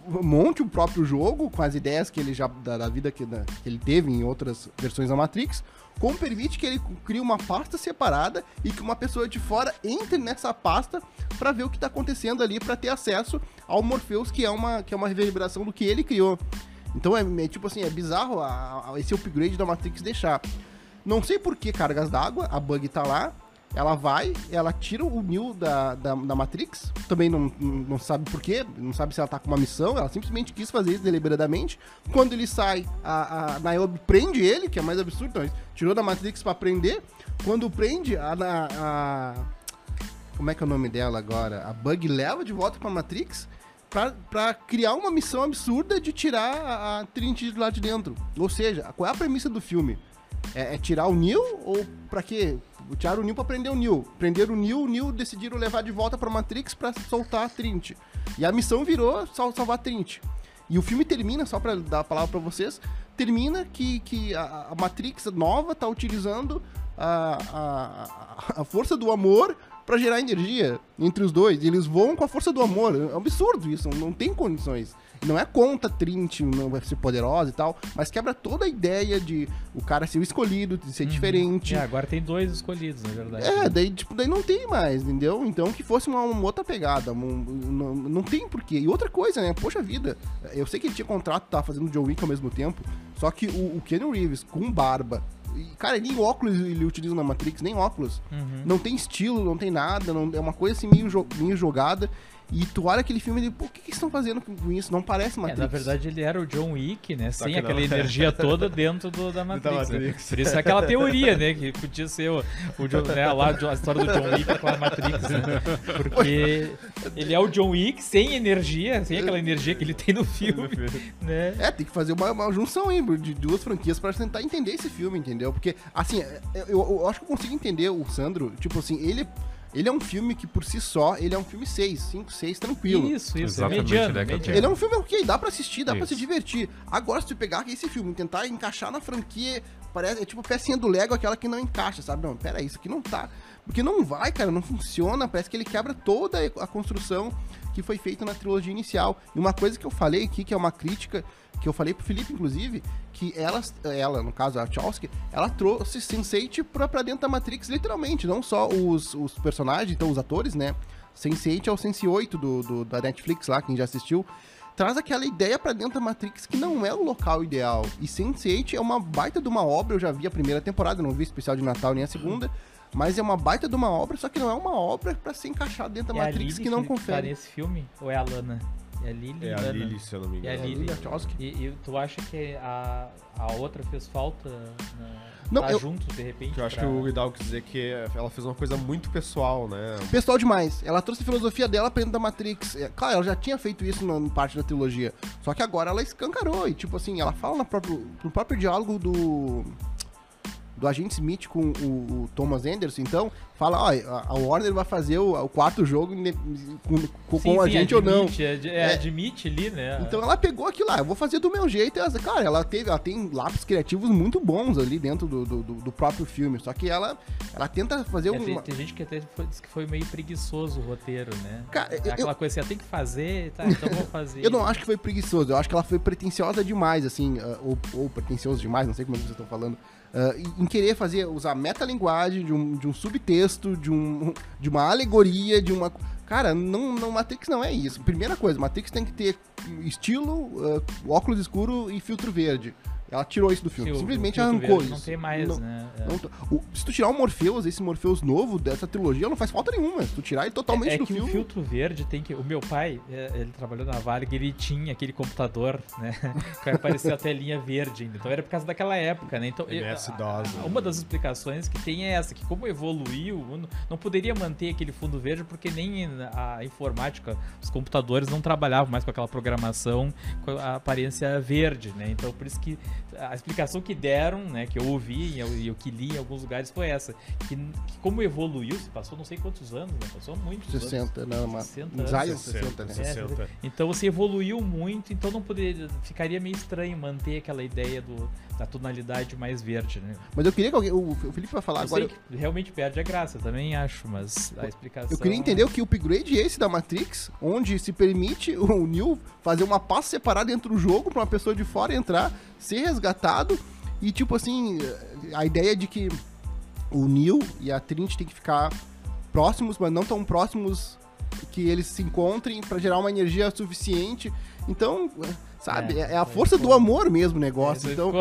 monte o próprio jogo com as ideias que ele já da vida que ele teve em outras versões da Matrix, como permite que ele crie uma pasta separada e que uma pessoa de fora entre nessa pasta para ver o que tá acontecendo ali, para ter acesso ao Morpheus, que é uma reverberação do que ele criou. Então tipo assim, é bizarro esse upgrade da Matrix deixar. Não sei por que cargas d'água, a Bug tá lá, ela tira o Neo da Matrix, também não sabe por quê, não sabe se ela tá com uma missão, ela simplesmente quis fazer isso deliberadamente. Quando ele sai, a Niobe prende ele, que é mais absurdo, então, tirou da Matrix pra prender. Quando prende, como é que é o nome dela agora? A Bug leva de volta pra Matrix pra criar uma missão absurda de tirar a Trinity de lá de dentro. Ou seja, qual é a premissa do filme? É tirar o Neo ou pra quê? Tiraram o Neo pra prender o Neo. Prenderam o Neo decidiram levar de volta pra Matrix pra soltar a Trinity. E a missão virou salvar a Trinity. E o filme termina, só pra dar a palavra pra vocês, termina que a Matrix nova tá utilizando a força do amor pra gerar energia entre os dois. E eles voam com a força do amor. É um absurdo isso, não tem condições. Não é contra Trinity, não vai ser poderosa e tal, mas quebra toda a ideia de o cara ser o escolhido, de ser diferente. Agora tem 2 escolhidos, na verdade. Daí não tem mais, entendeu? Então que fosse uma outra pegada, não tem porquê. E outra coisa, né? Poxa vida, eu sei que ele tinha contrato, tava fazendo John Wick ao mesmo tempo, só que o Keanu Reeves com barba, cara, nem óculos ele utiliza na Matrix, nem óculos. Não tem estilo, não tem nada, é uma coisa assim meio jogada. E tu olha aquele filme e diz, pô, o que eles estão fazendo com isso? Não parece Matrix. Na verdade, ele era o John Wick, né? Sem aquela energia toda dentro da Matrix. Né? Por isso é aquela teoria, né? Que podia ser o John, né? Lá, a história do John Wick com a Matrix, né? Porque ele é o John Wick sem energia, sem aquela energia que ele tem no filme, né? Tem que fazer uma junção aí de 2 franquias pra tentar entender esse filme, entendeu? Porque, assim, eu acho que eu consigo entender o Sandro, tipo assim, ele é um filme que, por si só, ele é um filme 5, 6, tranquilo. Isso, exatamente, mediano. Ele é um filme ok, dá pra assistir, dá pra se divertir. Agora, se tu pegar esse filme e tentar encaixar na franquia, é tipo pecinha do Lego, aquela que não encaixa, sabe? Não, pera aí, isso aqui não tá. Porque não vai, cara, não funciona, parece que ele quebra toda a construção que foi feita na trilogia inicial. E uma coisa que eu falei aqui, que é uma crítica, que eu falei pro Felipe, inclusive, que ela, no caso, a Wachowski, ela trouxe Sense8 pra dentro da Matrix, literalmente, não só os personagens, então os atores, né? Sense8 é o Sense8 da Netflix lá, quem já assistiu, traz aquela ideia pra dentro da Matrix que não é o local ideal. E Sense8 é uma baita de uma obra, eu já vi a primeira temporada, não vi especial de Natal nem a segunda, mas é uma baita de uma obra, só que não é uma obra pra ser encaixada dentro da Matrix que não confere. Tá nesse filme? Ou é a Lana? É a Lily? É a Lily, se eu não me engano. É a Lily Wachowski. E tu acha que a outra fez falta junto, de repente? Eu acho que o Hidalgo quis dizer que ela fez uma coisa muito pessoal, né? Pessoal demais. Ela trouxe a filosofia dela pra dentro da Matrix. Claro, ela já tinha feito isso na parte da trilogia. Só que agora ela escancarou. E tipo assim, ela fala no próprio diálogo do Agente Smith com o Thomas Anderson, então, fala, ó, a Warner vai fazer o 4º jogo com a gente ou não. Admite ali, né? Então ela pegou aquilo lá, eu vou fazer do meu jeito. Cara, ela tem lápis criativos muito bons ali dentro do próprio filme, só que ela tenta fazer Tem gente que até disse que foi meio preguiçoso o roteiro, né? Cara, aquela coisa assim, tem que fazer, tá, então vou fazer. Eu não acho que foi preguiçoso, eu acho que ela foi pretensiosa demais, assim, ou pretensioso demais, não sei como vocês estão falando. Em querer usar metalinguagem de um subtexto, de uma alegoria, de uma... Cara, Matrix não é isso. Primeira coisa, Matrix tem que ter estilo, óculos escuro e filtro verde. Ela tirou isso do filme. Simplesmente arrancou isso. Não tem mais, né? Se tu tirar o Morpheus, esse Morpheus novo dessa trilogia, não faz falta nenhuma. Se tu tirar ele totalmente do filme... o filtro verde tem que... O meu pai, ele trabalhou na Varig, ele tinha aquele computador, né? Que aparecia a telinha verde ainda. Então era por causa daquela época, né? Então, uma das explicações que tem é essa, que como evoluiu, não poderia manter aquele fundo verde porque nem a informática, os computadores não trabalhavam mais com aquela programação com a aparência verde, né? Então por isso que a explicação que deram, né, que eu ouvi e eu que li em alguns lugares foi essa, que como evoluiu, se passou não sei quantos anos, né, passou muitos 60, anos. Não, mas 60, né? 60. Então você evoluiu muito, então não poderia, ficaria meio estranho manter aquela ideia a tonalidade mais verde, né? Mas eu queria que alguém... O Felipe vai falar agora... Sei que realmente perde a graça, eu também acho, mas a explicação... Eu queria entender o que upgrade é esse da Matrix, onde se permite o Neo fazer uma paz separada dentro do jogo pra uma pessoa de fora entrar, ser resgatado, e tipo assim, a ideia de que o Neo e a Trinity tem que ficar próximos, mas não tão próximos que eles se encontrem pra gerar uma energia suficiente. Então, sabe, é a força do amor mesmo o negócio. Então,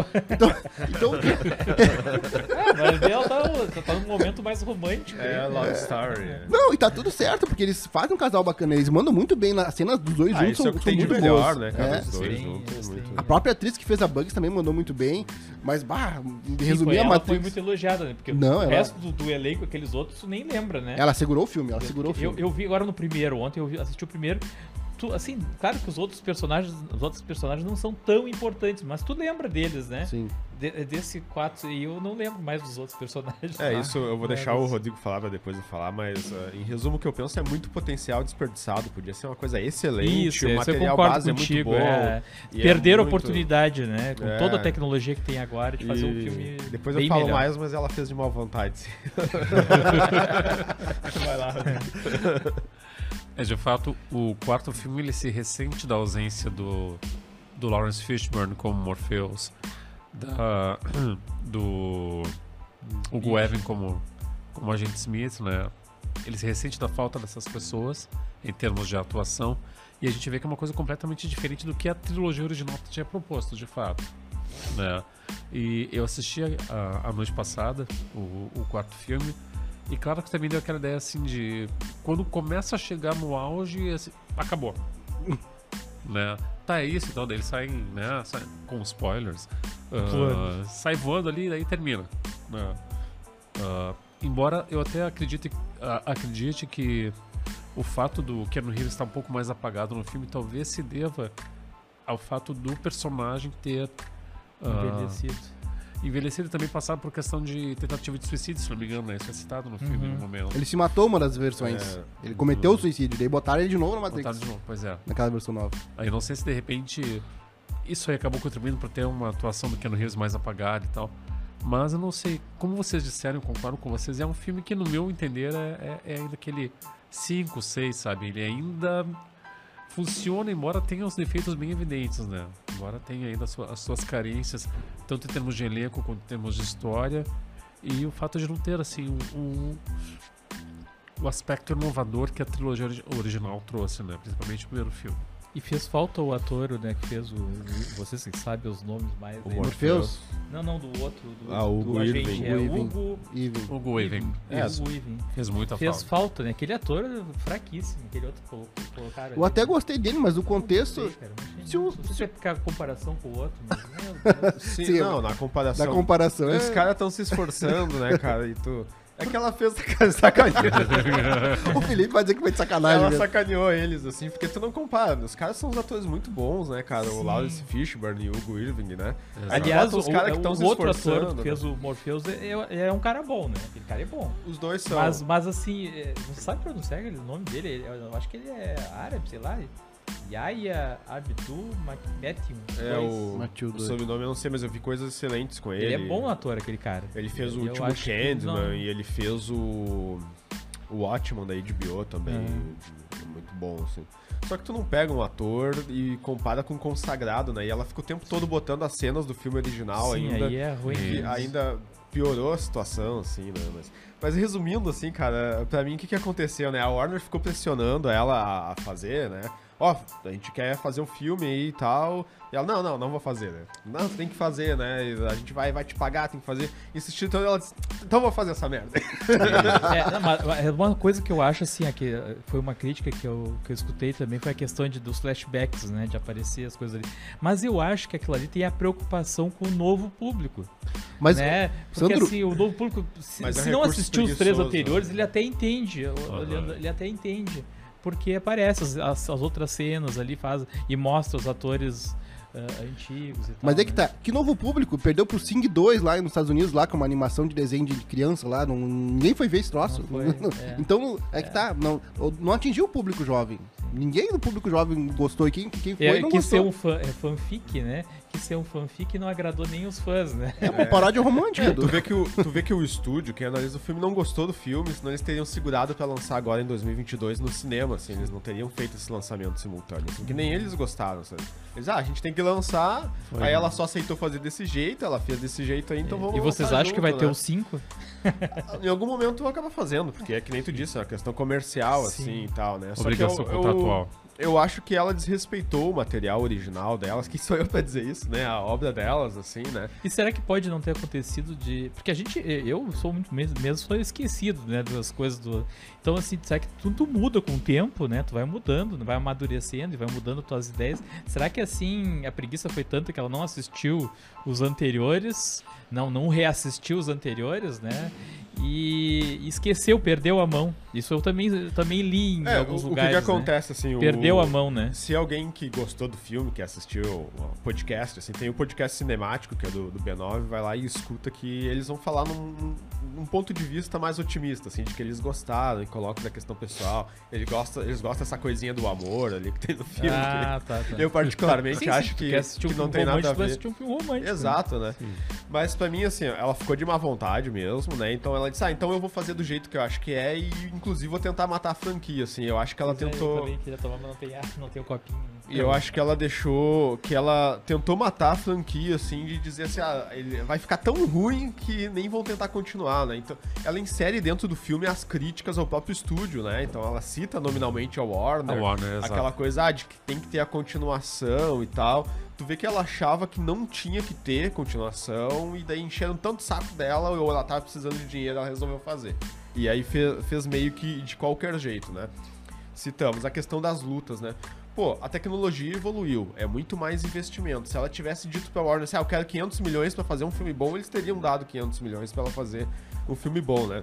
mas ela tá num momento mais romântico. Love Story. Não, e tá tudo certo, porque eles fazem um casal bacana. Eles mandam muito bem nas cenas dos dois juntos, são tem muito de melhor, boas. né, cara? Os dois Sim, juntos. A própria atriz que fez a Bugs também mandou muito bem. Mas, resumir a ela Matrix... foi muito elogiada, né? Porque Não, o ela... resto do elenco, aqueles outros, tu nem lembra, né? Ela segurou o filme, Eu vi agora no primeiro, ontem eu assisti o primeiro. Assim, claro que os outros personagens não são tão importantes, mas tu lembra deles, né? Sim. Desse 4, e eu não lembro mais dos outros personagens. Isso eu vou deixar o Rodrigo falar pra depois eu falar, mas em resumo o que eu penso é muito potencial desperdiçado, podia ser uma coisa excelente, o material base contigo, é muito bom. Perder a oportunidade, né? Com toda a tecnologia que tem agora de fazer um filme depois eu falo mais, mas ela fez de má vontade. Vai lá, Rodrigo. De fato, o quarto filme ele se ressente da ausência do Lawrence Fishburne como Morpheus, do Hugo Weaving como Agente Smith, né? Ele se ressente da falta dessas pessoas em termos de atuação, e a gente vê que é uma coisa completamente diferente do que a trilogia original tinha proposto, de fato, né? E eu assisti a noite passada o quarto filme. E claro que também deu aquela ideia assim de... Quando começa a chegar no auge, assim, acabou. Né? Tá, é isso, então daí eles saem, né? Com spoilers. Sai voando ali e daí termina. Né? Embora eu até acredite que o fato do Keanu Reeves estar um pouco mais apagado no filme talvez se deva ao fato do personagem ter... envelhecido também passar por questão de tentativa de suicídio, se não me engano, né? Isso é citado no filme no momento. Ele se matou uma das versões. Ele cometeu o suicídio, daí botaram ele de novo na Matrix. Botaram de novo, pois é. Naquela versão nova. Aí eu não sei se de repente isso aí acabou contribuindo para ter uma atuação do Keanu Reeves mais apagada e tal. Mas eu não sei, como vocês disseram, eu concordo com vocês, é um filme que no meu entender é ainda aquele 5, 6, sabe? Ele ainda funciona, embora tenha os defeitos bem evidentes, né? Embora tenha ainda as suas carências, tanto em termos de elenco quanto em termos de história, e o fato de não ter, assim, o aspecto inovador que a trilogia original trouxe, né? Principalmente o primeiro filme. E fez falta o ator, né, que fez vocês que sabem os nomes mais... O Morpheus? Não, do outro. Hugo agente. Hugo Weaving. Fez muita falta. Fez falta, né? Aquele ator fraquíssimo, aquele outro colocaram. Eu até gostei dele, mas o contexto... Não sei se é ficar comparação com o outro, mas... Sim, não, na comparação... Na comparação, os caras estão se esforçando, né, cara, e tu... É que ela fez sacanagem. O Felipe vai dizer que foi de sacanagem. Ela sacaneou eles, assim, porque tu não compara. Os caras são os atores muito bons, né, cara? Sim. O Lawrence Fishburne e o Hugo Weaving, né? Aliás, os caras que estão se esforçando, o outro ator que fez o Morpheus é um cara bom, né? Aquele cara é bom. Os dois são. Mas assim, você sabe pronunciar o nome dele? Eu acho que ele é árabe, sei lá. Yahya Abdul Mateen. O sobrenome eu não sei, mas eu vi coisas excelentes com ele. Ele é bom ator, aquele cara. Ele fez o último Candyman e ele fez o Watchmen da HBO também. Muito bom, assim. Só que tu não pega um ator e compara com o consagrado, né? E ela fica o tempo todo botando as cenas do filme original. Sim, ainda. Aí é ruim. E ainda piorou a situação, assim, né? Mas resumindo, assim, cara, pra mim o que aconteceu, né? A Warner ficou pressionando ela a fazer, né? A gente quer fazer um filme aí e tal. E ela, não vou fazer, né? Não, tu tem que fazer, né? A gente vai te pagar, tem que fazer. Insistiu, então ela disse, então vou fazer essa merda. Uma coisa que eu acho, assim, que foi uma crítica que eu escutei também, foi a questão dos flashbacks, né? De aparecer as coisas ali. Mas eu acho que aquilo ali tem a preocupação com o novo público. Mas, né? Porque Sandro, assim, o novo público, se não assistiu os 3 anteriores, ele até entende. Ele até entende. Porque aparece as outras cenas ali, e mostra os atores antigos e tal. Mas é que tá, que novo público perdeu pro Sing 2 lá nos Estados Unidos, lá com uma animação de desenho de criança lá, ninguém foi ver esse troço. Então, é que tá, não atingiu o público jovem. Sim. Ninguém do público jovem gostou. E quem foi não quis gostou. ser um fanfic, né? Quis ser um fanfic e não agradou nem os fãs, né? É uma paródia romântica. Tu vê que o estúdio, quem analisa o filme, não gostou do filme, senão eles teriam segurado pra lançar agora em 2022 no cinema, assim, eles não teriam feito esse lançamento simultâneo, assim, que nem eles gostaram, sabe? Eles, a gente tem que lançar, aí ela só aceitou fazer desse jeito, ela fez desse jeito aí, então vamos E vocês acham que vai ter os 5? Em algum momento vai acabar fazendo, porque é que nem tu disse, é uma questão comercial, assim, e tal, né? Obrigação contratual. Eu acho que ela desrespeitou o material original delas, que sou eu pra dizer isso, né? A obra delas, assim, né? E será que pode não ter acontecido de... Porque eu sou muito mesmo sou esquecido, né, das coisas do... Então, assim, será que tudo muda com o tempo, né? Tu vai mudando, vai amadurecendo e vai mudando tuas ideias. Será que, assim, a preguiça foi tanta que ela não assistiu os anteriores, não reassistiu os anteriores, né? E esqueceu, perdeu a mão. Isso eu também li em alguns lugares. O que acontece, assim... Perdeu a mão, né? Se alguém que gostou do filme, que assistiu o podcast, assim, tem o podcast cinemático, que é do B9, vai lá e escuta que eles vão falar num ponto de vista mais otimista, assim, de que eles gostaram e colocam da questão pessoal. Eles gostam dessa coisinha do amor ali que tem no filme. Tá. Eu particularmente acho que não tem nada a ver. Um filme romântico, exato, né? Mas pra mim, assim, ela ficou de má vontade mesmo, né? Então ela disse, então eu vou fazer do jeito que eu acho que é e, inclusive, vou tentar matar a franquia, assim. Eu acho que ela tentou... Eu também queria tomar, mas não tem o copinho. E eu acho que ela ela tentou matar a franquia, assim, de dizer assim, ele vai ficar tão ruim que nem vão tentar continuar, né? Então, ela insere dentro do filme as críticas ao próprio estúdio, né? Então, ela cita nominalmente a Warner, aquela coisa, de que tem que ter a continuação e tal. Tu vê que ela achava que não tinha que ter continuação e daí encheram tanto o saco dela ou ela tava precisando de dinheiro, ela resolveu fazer. E aí fez meio que de qualquer jeito, né? Citamos a questão das lutas, né? Pô, a tecnologia evoluiu, é muito mais investimento. Se ela tivesse dito pra Warner, eu quero 500 milhões pra fazer um filme bom, eles teriam dado 500 milhões pra ela fazer um filme bom, né?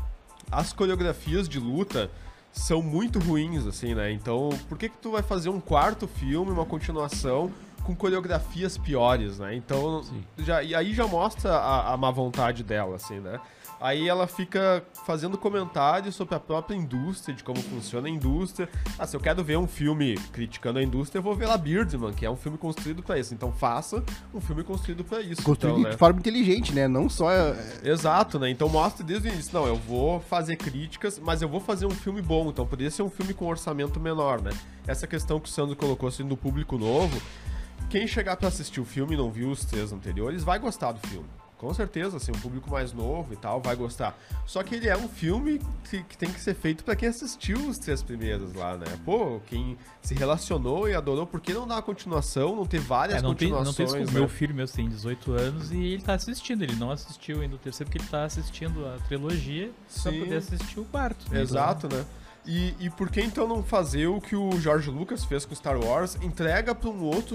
As coreografias de luta são muito ruins, assim, né? Então, por que tu vai fazer um quarto filme, uma continuação, com coreografias piores, né? Então, e aí já mostra a má vontade dela, assim, né? Aí ela fica fazendo comentários sobre a própria indústria, de como funciona a indústria. Se eu quero ver um filme criticando a indústria, eu vou ver lá Birdman, que é um filme construído pra isso. Então faça um filme construído pra isso. Construído então, de forma inteligente, né? Não só... Exato, né? Então mostra desde o início. Não, eu vou fazer críticas, mas eu vou fazer um filme bom. Então poderia ser um filme com orçamento menor, né? Essa questão que o Sandro colocou, assim, do público novo. Quem chegar pra assistir o filme e não viu os 3 anteriores, vai gostar do filme. Com certeza, assim, um público mais novo e tal vai gostar. Só que ele é um filme que tem que ser feito pra quem assistiu os 3 primeiros lá, né? Pô, quem se relacionou e adorou, por que não dar uma continuação, não ter várias continuações? Não tem isso, né? Meu filho mesmo tem 18 anos e ele tá assistindo. Ele não assistiu ainda o terceiro porque ele tá assistindo a trilogia pra poder assistir o quarto. Exato, né? E por que então não fazer o que o George Lucas fez com Star Wars? Entrega pra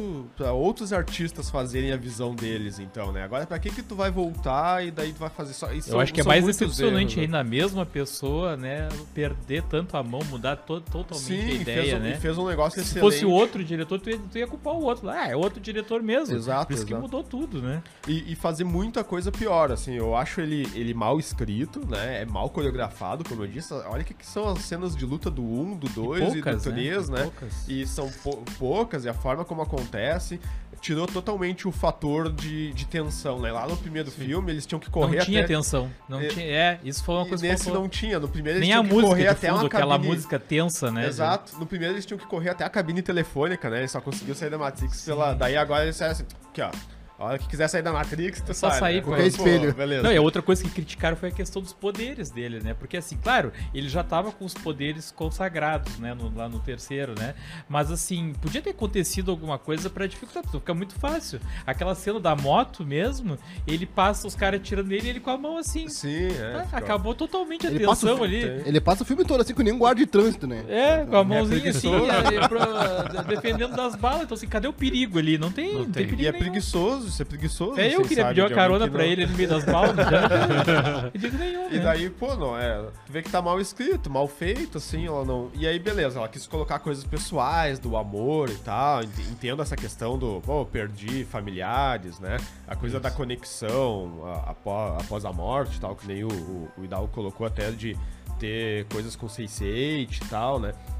outros artistas fazerem a visão deles, então, né? Agora, pra que tu vai voltar e daí tu vai fazer só isso? Eu acho que é mais decepcionante aí na mesma pessoa, né? Perder tanto a mão, mudar totalmente a ideia, né? Fez um negócio excelente. Se fosse o outro diretor, tu ia culpar o outro. É outro diretor mesmo. Exato. Por isso que mudou tudo, né? E fazer muita coisa pior, assim. Eu acho ele mal escrito, né? É mal coreografado, como eu disse. Olha o que são as cenas de luta do 1, do 2 e do 3, né? E são poucas, e a forma como acontece tirou totalmente o fator de tensão, né? Lá no primeiro filme eles tinham que correr Não tinha tensão. Não tinha, isso foi uma coisa que nesse não tinha. No primeiro eles nem tinham que correr até fundo, uma cabine... aquela música tensa, né? Exato. No primeiro eles tinham que correr até a cabine telefônica, né? Eles só conseguiu sair da Matrix pela... Daí agora eles saíram assim, aqui, ó. A hora que quiser sair da Matrix, tu só sai, sair né? com o espelho. Beleza. Não, e a outra coisa que criticaram foi a questão dos poderes dele, né? Porque assim, claro, ele já tava com os poderes consagrados, né? Lá no terceiro, né? Mas assim, podia ter acontecido alguma coisa pra dificultar tudo, fica muito fácil. Aquela cena da moto mesmo, ele passa os caras tirando ele e ele com a mão assim. Sim, acabou totalmente a tensão ali. Ele passa o filme todo assim, com nenhum guarda de trânsito, né? Com a mãozinha assim, defendendo das balas. Então assim, cadê o perigo ali? Não tem perigo E é nenhum. preguiçoso, isso é preguiçoso. Eu queria pedir uma carona pra ele no meio das balas, não tem perigo nenhum, E daí, pô, tu vê que tá mal escrito, mal feito, assim, ela não... E aí, beleza, ela quis colocar coisas pessoais, do amor e tal, entendo essa questão do, perdi familiares, né, a coisa da conexão após a morte e tal, que nem o Hidalgo colocou até de ter coisas com Sense8 e tal, né,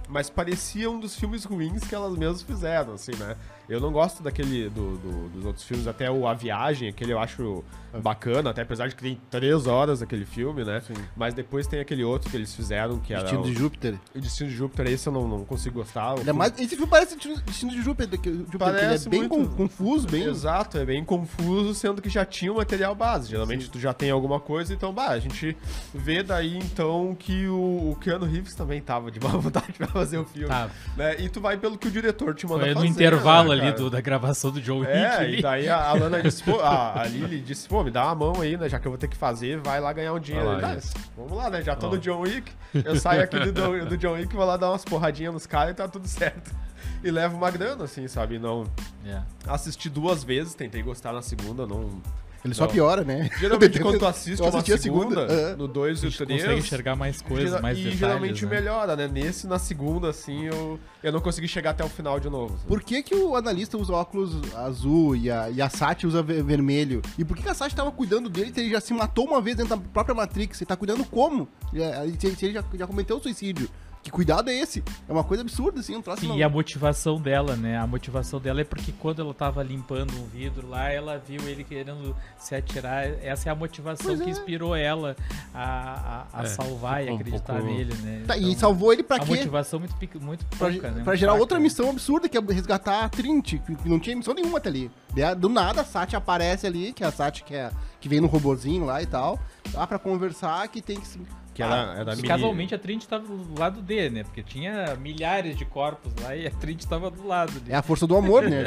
mas parecia um dos filmes ruins que elas mesmas fizeram, assim, né? Eu não gosto daquele, dos outros filmes, até o A Viagem, aquele eu acho bacana, até apesar de que tem 3 horas aquele filme, né? Sim. Mas depois tem aquele outro que eles fizeram, que era Destino de Júpiter. O Destino de Júpiter, esse eu não consigo gostar. Esse filme parece Destino de Júpiter, que ele é bem confuso, bem... Exato, é bem confuso, sendo que já tinha o material base. Geralmente tu já tem alguma coisa, então, a gente vê daí, então, que o Keanu Reeves também tava de boa vontade pra fazer o filme. Né? E tu vai pelo que o diretor te manda fazer. No intervalo ali da gravação do John Wick. E daí a Lana disse, a Lily disse, me dá uma mão aí, né, já que eu vou ter que fazer, vai lá ganhar um dinheiro. Vamos lá, né, já tô no John Wick, eu saio aqui do John Wick, vou lá dar umas porradinhas nos caras e tá tudo certo. E levo uma grana, assim, sabe, não... Assisti 2 vezes, tentei gostar na segunda, não... Ele só piora, né? Geralmente quando tu assiste uma segunda, no 2 e o 3... consegue enxergar mais coisas, mais detalhes. E geralmente melhora, né? Na segunda, assim, eu não consegui chegar até o final de novo. Assim. Por que o analista usa óculos azul e a Sati usa vermelho? E por que a Sati tava cuidando dele se ele já se matou uma vez dentro da própria Matrix? Você tá cuidando como? Se ele já cometeu o suicídio. Que cuidado é esse? É uma coisa absurda, assim, um troço. Sim, e a motivação dela, né? A motivação dela é porque quando ela tava limpando um vidro lá, ela viu ele querendo se atirar. Essa é a motivação que inspirou ela a salvar e acreditar nele, né? Tá, então, e salvou ele pra quê? A motivação muito pouca, né? Pra gerar outra missão absurda, que é resgatar a Trinity, que não tinha missão nenhuma até ali. Do nada, a Sati aparece ali, que é a Sati que vem no robozinho lá e tal, lá pra conversar, que tem que se... Casualmente a Trinity tava do lado dele, né? Porque tinha milhares de corpos lá e a Trinity tava do lado dele. É a força do amor, né?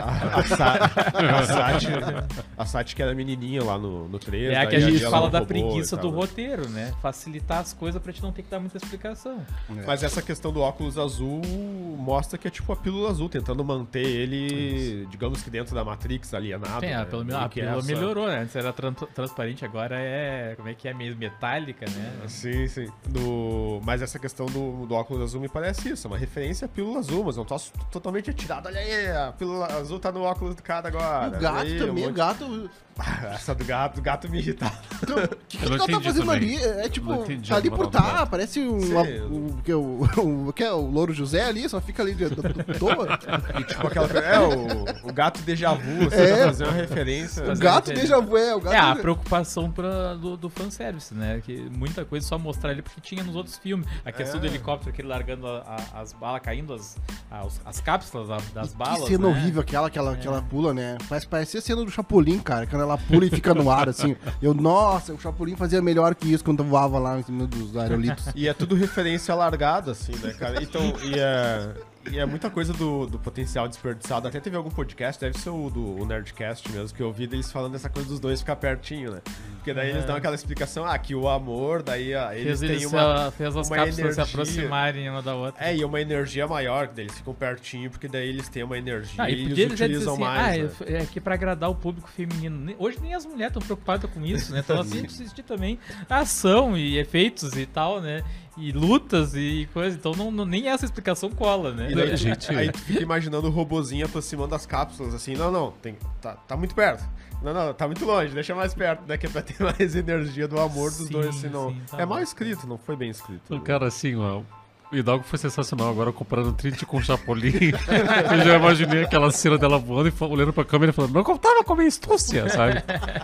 A Sati que era menininha lá no 3. É a que a gente fala da preguiça do roteiro, né? Facilitar as coisas pra gente não ter que dar muita explicação. Mas essa questão do óculos azul mostra que é tipo a pílula azul, tentando manter ele, digamos que dentro da Matrix alienado. Sim, a pílula melhorou, né? Antes era transparente, agora é, como é que é, meio metálica, né? Sim. Mas essa questão do óculos azul me parece isso, é uma referência à pílula azul, mas não tô totalmente atirado. Olha aí, a pílula azul tá no óculos do cara agora. O gato aí, também, o gato... Essa do gato me irritava. Então, o que ela tá fazendo também. Ali? É tipo, tá ali por tá, parece que é o Louro José ali, só fica ali de toa. E tipo aquela... o gato déjà vu, você tá fazendo uma referência. O gato déjà vu, o gato... a preocupação do fanservice, né? Que muita coisa só mostrar ele porque tinha nos outros filmes. A questão do helicóptero, aquele largando as balas, caindo as cápsulas das balas. Que cena horrível aquela pula, né? Parece a cena do Chapolin, cara, quando ela pula e fica no ar, assim. Nossa, o Chapolin fazia melhor que isso quando voava lá em cima dos aerolitos. E é tudo referência largada, assim, né, cara? Então, e é muita coisa do potencial desperdiçado. Até teve algum podcast, deve ser o Nerdcast mesmo, que eu ouvi eles falando dessa coisa dos dois ficar pertinho, né? Porque daí eles dão aquela explicação, que o amor, daí eles têm fez as cápsulas se aproximarem uma da outra. E uma energia maior, que daí eles ficam pertinho, porque daí eles têm uma energia e eles utilizam assim, mais. É que pra agradar o público feminino. Hoje nem as mulheres estão preocupadas com isso, né? Então assim, assistir também ação e efeitos e tal, né? E lutas e coisa, então nem essa explicação cola, né? E daí, aí tu fica imaginando o robozinho aproximando as cápsulas, assim, tá muito perto. Não, tá muito longe, deixa mais perto, né? Que é pra ter mais energia do amor dos dois, senão... Tá mal escrito, não foi bem escrito. Então, cara, assim, ó, o Hidalgo foi sensacional, agora comparando Trinity com o Chapolin. Eu já imaginei aquela cena dela voando e olhando pra câmera e falando, não contava com a minha astúcia, sabe?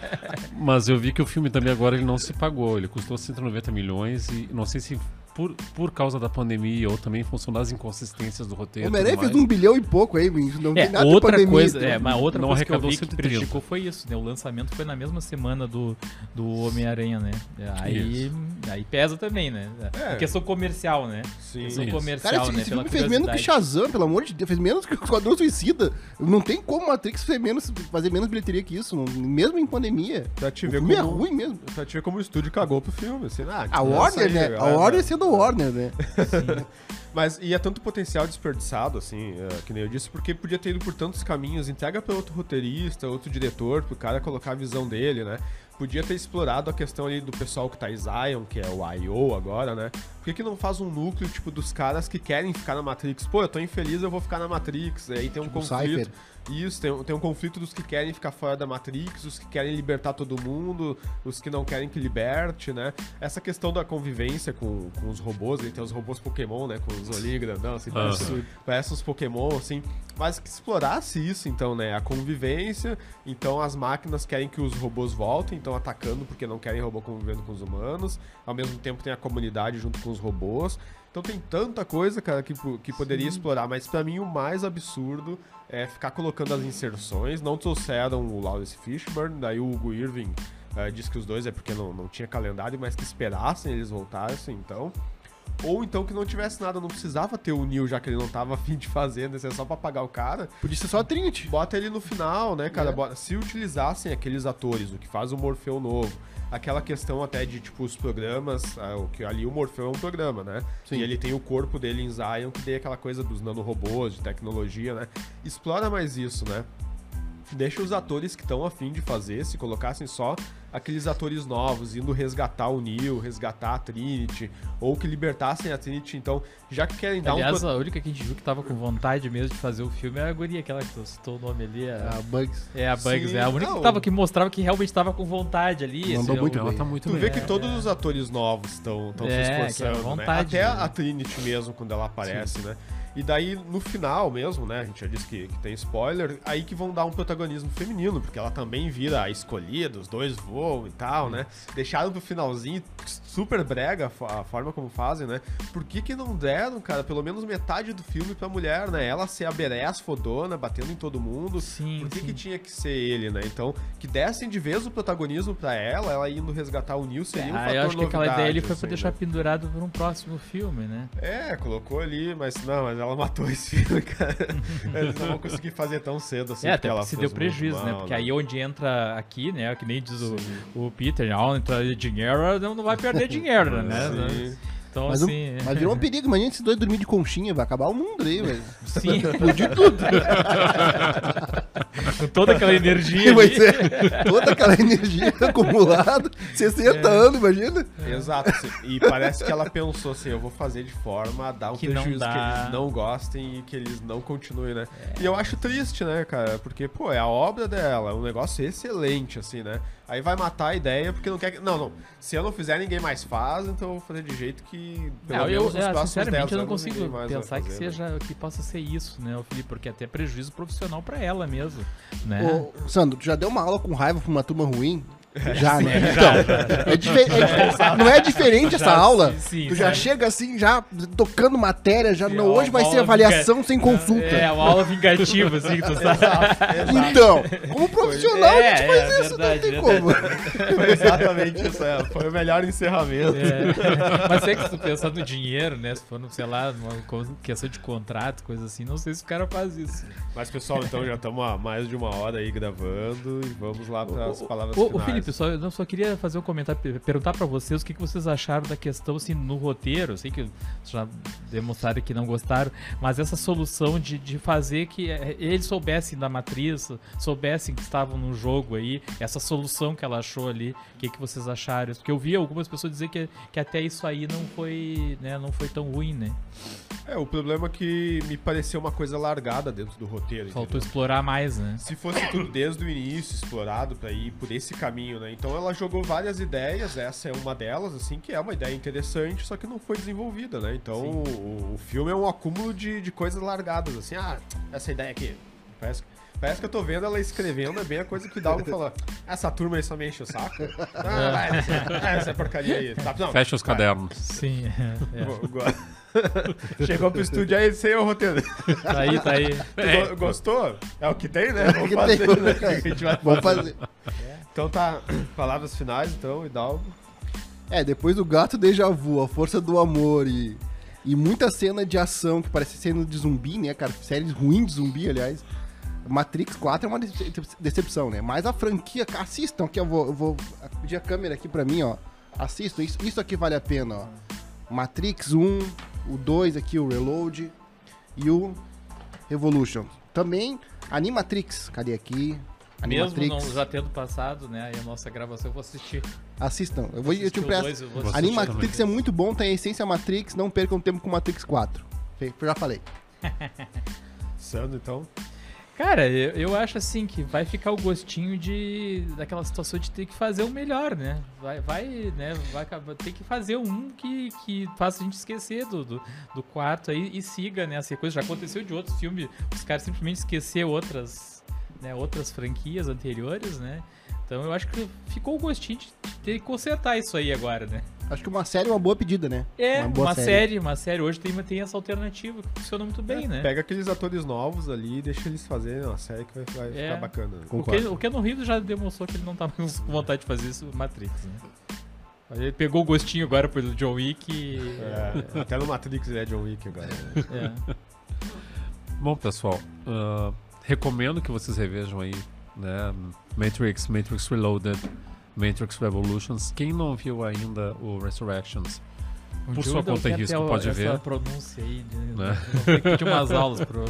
Mas eu vi que o filme também agora ele não se pagou, ele custou 190 milhões e não sei se por causa da pandemia ou também em função das inconsistências do roteiro. O Homem-Aranha fez 1 bilhão e pouco aí, não tem nada outra de pandemia. Mas outra coisa que eu vi que criticou foi isso, né? O lançamento foi na mesma semana do Homem-Aranha, né? Aí pesa também, né? A questão comercial, né? Sim. Questão comercial, cara, né? Esse filme fez menos que Shazam, pelo amor de Deus. Fez menos que o Esquadrão Suicida. Não tem como Matrix fazer menos bilheteria que isso, mesmo em pandemia. Pra te ver como é ruim mesmo. Pra te ver como o estúdio cagou pro filme. Assim, a Warner, né? A Warner sendo Warner, né? Sim. Mas é tanto potencial desperdiçado, assim, que nem eu disse, porque podia ter ido por tantos caminhos, entrega pra outro roteirista, outro diretor, pro cara colocar a visão dele, né? podia ter explorado a questão ali do pessoal que tá em Zion, que é o I.O. agora, né? Por que não faz um núcleo, tipo, dos caras que querem ficar na Matrix? Pô, eu tô infeliz, eu vou ficar na Matrix. Aí tem um Tipo conflito. Cypher. Isso, tem um conflito dos que querem ficar fora da Matrix, os que querem libertar todo mundo, os que não querem que liberte, né? Essa questão da convivência com os robôs, tem os robôs Pokémon, né? Com os olhinhos grandão, assim, parece uns Pokémon, assim. Mas que explorasse isso, então, né? A convivência, então as máquinas querem que os robôs voltem, então atacando porque não querem robô convivendo com os humanos. Ao mesmo tempo tem a comunidade junto com os robôs. Então tem tanta coisa, cara, que poderia explorar, mas pra mim o mais absurdo é ficar colocando as inserções. Não trouxeram o Lawrence Fishburne, daí o Hugo Irving disse que os dois é porque não tinha calendário, mas que esperassem eles voltassem, então. Ou então que não tivesse nada, não precisava ter o Neo, já que ele não tava a fim de fazer, né? Só pra pagar o cara. Podia ser só a Trinity. Bota ele no final, né, cara? Se utilizassem aqueles atores, o que faz o Morfeu novo, aquela questão até de, tipo, os programas, que ali o Morfeu é um programa, né? Sim. E ele tem o corpo dele em Zion, que tem aquela coisa dos nanorobôs, de tecnologia, né? Explora mais isso, né? Deixa os atores que estão a fim de fazer, se colocassem só aqueles atores novos, indo resgatar o Neo, resgatar a Trinity, ou que libertassem a Trinity, então, já que querem dar Aliás, a única que a gente viu que tava com vontade mesmo de fazer o filme é a guria, aquela que tu citou o nome ali. A Bugs. É, a Bugs. Sim, É a única que mostrava que realmente tava com vontade ali. Mandou muito Ela bem. tá muito Tu bem. vê que todos os atores novos estão se esforçando, que é vontade, né? Até né? a Trinity mesmo, quando ela aparece, né? E daí, no final mesmo, né? A gente já disse que tem spoiler, aí que vão dar um protagonismo feminino, porque ela também vira a escolhida, os dois voam e tal, né? Deixaram pro finalzinho, super brega a forma como fazem, né? Por que não deram, cara, pelo menos metade do filme pra mulher, né? Ela ser a badass fodona, batendo em todo mundo. Sim, Por que sim. que tinha que ser ele, né? Então, que dessem de vez o protagonismo pra ela indo resgatar o Neo seria um fator eu acho que aquela novidade, ideia ali foi assim, pra deixar né? pendurado pra um próximo filme, né? Colocou ali, mas ela matou esse filme, cara. Eles não vão conseguir fazer tão cedo assim. Até ela porque se fez deu prejuízo, muito né? mal, Porque aí onde entra aqui, né? Que nem diz o Peter, onde entra dinheiro, não vai perder dinheiro, né? Sim. Então, Mas, assim... mas virou um perigo, imagina esses dois dormir de conchinha, vai acabar o mundo aí, velho. Sim, Explodir tudo. com toda aquela energia Vai ali. ser toda aquela energia acumulada, 60 anos, imagina. Exato, assim. E parece que ela pensou assim, eu vou fazer de forma a dar um Que não prejuízo que dá. eles não gostem e que eles não continuem, né? E eu acho triste, né, cara? Porque, pô, é a obra dela, é um negócio excelente, assim, né? Aí vai matar a ideia porque não quer que... Não. Se eu não fizer, ninguém mais faz, então eu vou fazer de jeito que... Pelo menos nos próximos 10 sinceramente, eu não anos, consigo ninguém mais vai pensar que fazer, né? seja, que possa ser isso, né, o Felipe? Porque até é prejuízo profissional pra ela mesmo, né? Ô, Sandro, tu já deu uma aula com raiva pra uma turma ruim? Já, né? Então, não é diferente essa aula? sim, Tu já sabe? chega assim, já tocando matéria, já não, uma hoje vai ser aula avaliação sem consulta. É, uma aula vingativa, assim, que tu sabe. Então, como profissional, a gente faz isso, verdade, não tem como. Foi exatamente isso, foi o melhor encerramento. Mas é que se tu pensar no dinheiro, né? Se for, sei lá, numa questão de contrato, coisa assim, não sei se o cara faz isso. Mas, pessoal, então já estamos há mais de uma hora aí gravando e vamos lá para as palavras Ô, finais. Felipe, eu só queria fazer um comentário, perguntar pra vocês o que vocês acharam da questão, assim, no roteiro. Eu sei que vocês já demonstraram que não gostaram, mas essa solução de fazer que eles soubessem da matriz, soubessem que estavam no jogo aí, essa solução que ela achou ali, o que vocês acharam? Porque eu vi algumas pessoas dizer que até isso aí não foi, né, não foi tão ruim, né? O problema é que me pareceu uma coisa largada dentro do roteiro. Faltou entendeu? explorar mais, né? Se fosse tudo desde o início explorado pra ir por esse caminho, né? Então ela jogou várias ideias, essa é uma delas, assim, que é uma ideia interessante, só que não foi desenvolvida, né? Então o filme é um acúmulo de coisas largadas, assim, essa ideia aqui, parece que eu tô vendo ela escrevendo, é bem a coisa que dá pra falar. Essa turma aí só me enche o saco. Essa porcaria aí. Tá, não, Fecha os cadernos. Sim, Chegou pro estúdio aí sem o roteiro. Tá aí. Gostou? É o que tem, né? Vamos que fazer, tem. né? O que a gente vai Vamos fazer. Então tá, palavras finais então, Hidalgo. Depois do Gato Déjà Vu, A Força do Amor e muita cena de ação que parece cena de zumbi, né, cara? Séries ruins de zumbi, aliás. Matrix 4 é uma decepção, né? Mas a franquia, assistam aqui, eu vou pedir a câmera aqui pra mim, ó. Assistam, isso aqui vale a pena, ó. Matrix 1, o 2 aqui, o Reload e o Revolution. Também, Animatrix, cadê aqui? Mesmo não já tendo passado, né, aí a nossa gravação, eu vou assistir. Assistam. Eu te empresto. Animatrix é muito bom, tem a essência Matrix, não percam tempo com Matrix 4. Já falei. Sandro, então... Cara, eu acho assim que vai ficar o gostinho daquela situação de ter que fazer o melhor, né? Vai ter que fazer um que faça a gente esquecer do quarto aí e siga, né? Essa coisa já aconteceu de outros filmes, os caras simplesmente esquecer outras franquias anteriores, né? Então eu acho que ficou o gostinho de ter que consertar isso aí agora, né? Acho que uma série é uma boa pedida, né? Uma série. Hoje tem essa alternativa que funciona muito bem, né? Pega aqueles atores novos ali e deixa eles fazerem uma série que vai ficar bacana. Né? O Keanu Reeves já demonstrou que ele não tá com vontade de fazer isso no Matrix, né? Ele pegou o gostinho agora pelo John Wick e... até no Matrix ele é John Wick agora. Bom, pessoal, recomendo que vocês revejam aí, né? Matrix Reloaded, Matrix Revolutions. Quem não viu ainda o Resurrections, por sua conta e risco, pode ver. Essa pronúncia aí, né? Vou ter que pedir umas aulas pro...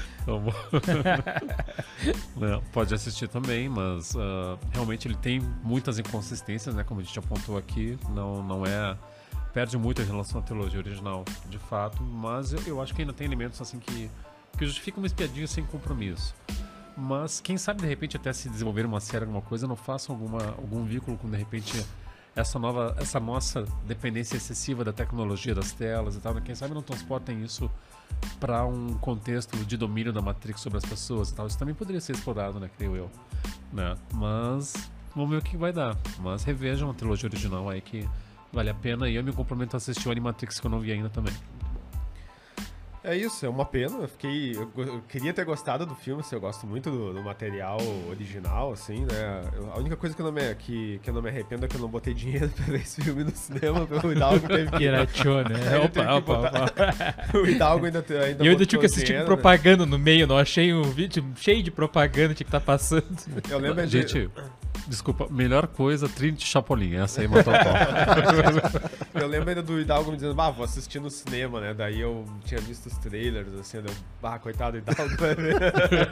Pode assistir também, mas realmente ele tem muitas inconsistências, né? Como a gente apontou aqui, não é... Perde muito em relação à trilogia original, de fato, mas eu acho que ainda tem elementos assim que justificam uma espiadinha sem compromisso. Mas quem sabe de repente até se desenvolver uma série, alguma coisa, não façam algum vínculo com de repente essa nossa dependência excessiva da tecnologia, das telas e tal, né? Quem sabe não transportem isso para um contexto de domínio da Matrix sobre as pessoas e tal. Isso também poderia ser explorado, né, creio eu, né? Mas vamos ver o que vai dar. Mas revejam a trilogia original aí que vale a pena, e eu me comprometo a assistir o Animatrix que eu não vi ainda também. É isso, é uma pena. Eu queria ter gostado do filme, assim, eu gosto muito do material original, assim, né? A única coisa que eu não me arrependo é que eu não botei dinheiro pra ver esse filme no cinema, pelo Hidalgo teve que... Irachou, né? Opa. O Hidalgo ainda e eu ainda tinha que assistir propaganda, né? No meio, não achei um vídeo cheio de propaganda, tinha que estar passando. Eu lembro Gente, desculpa, melhor coisa, Trinity Chapolin, essa aí matou o pau. Eu lembro ainda do Hidalgo me dizendo, vou assistir no cinema, né? Daí eu tinha visto os trailers, assim, coitado do Hidalgo, vai ver.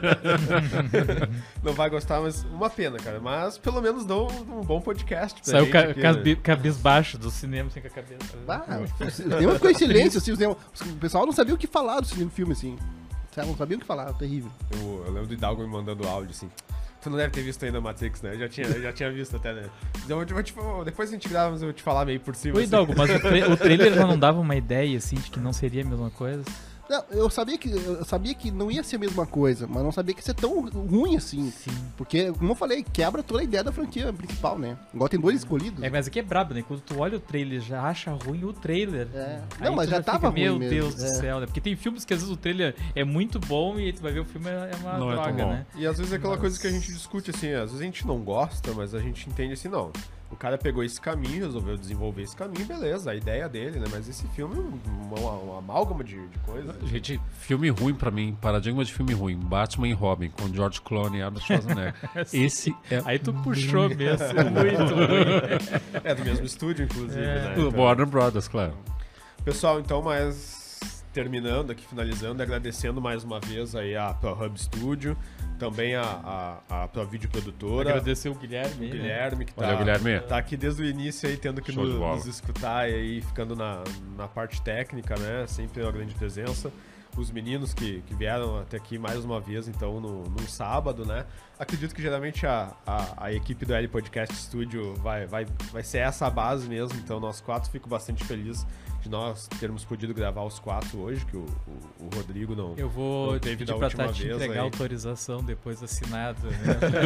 Não vai gostar, mas uma pena, cara. Mas pelo menos dão um bom podcast pra gente. Saiu cabisbaixo do cinema, assim, com a cabeça. O cinema ficou em silêncio, assim, o pessoal não sabia o que falar do filme, assim. Não sabia o que falar, terrível. Eu lembro do Hidalgo me mandando áudio, assim... Tu não deve ter visto ainda Matrix, né? Eu já tinha visto até, né? Depois a gente grava, mas eu vou te falar meio por cima. Oi, assim. Hidalgo, mas o trailer já não dava uma ideia, assim, de que não seria a mesma coisa? Não, eu sabia que não ia ser a mesma coisa, mas não sabia que ia ser tão ruim assim. Sim. Porque, como eu falei, quebra toda a ideia da franquia principal, né? Igual tem 2 escolhidos. Mas aqui é brabo, né? Quando tu olha o trailer, já acha ruim o trailer. Não, mas já tava ruim Meu mesmo. Deus do céu, né? Porque tem filmes que às vezes o trailer é muito bom e aí tu vai ver o filme é uma não droga, né? E às vezes é aquela coisa que a gente discute, assim, às vezes a gente não gosta, mas a gente entende assim, não. O cara pegou esse caminho, resolveu desenvolver esse caminho, beleza, a ideia dele, né? Mas esse filme é uma amálgama de coisas. Gente, filme ruim pra mim, paradigma de filme ruim, Batman e Robin, com George Clooney e Arnold Schwarzenegger. Esse é... Aí tu puxou mesmo, muito ruim. É do mesmo estúdio, inclusive, né? Então... Warner Brothers, claro. Pessoal, então, terminando aqui, finalizando, agradecendo mais uma vez aí a ProHub Studio, também a ProVideo Produtora. Agradecer o Guilherme. O Guilherme, que tá aqui desde o início aí, tendo que nos escutar e aí, ficando na parte técnica, né? Sempre uma grande presença. Os meninos que vieram até aqui mais uma vez, então, num sábado, né? Acredito que geralmente a equipe do L Podcast Studio vai ser essa a base mesmo, então nós 4 fico bastante feliz de nós termos podido gravar os 4 hoje, que o Rodrigo não teve da última vez. Eu vou pedir pra Tati entregar a autorização depois assinada, né?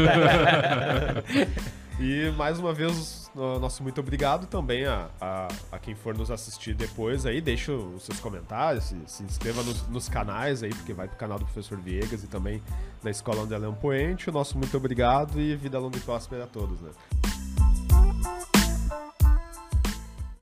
E mais uma vez, nosso muito obrigado também a quem for nos assistir depois aí, deixa os seus comentários, se inscreva nos canais aí, porque vai pro canal do Professor Viegas e também na Escola André Leão Poente. O nosso muito obrigado e vida longa e próspera a todos, né?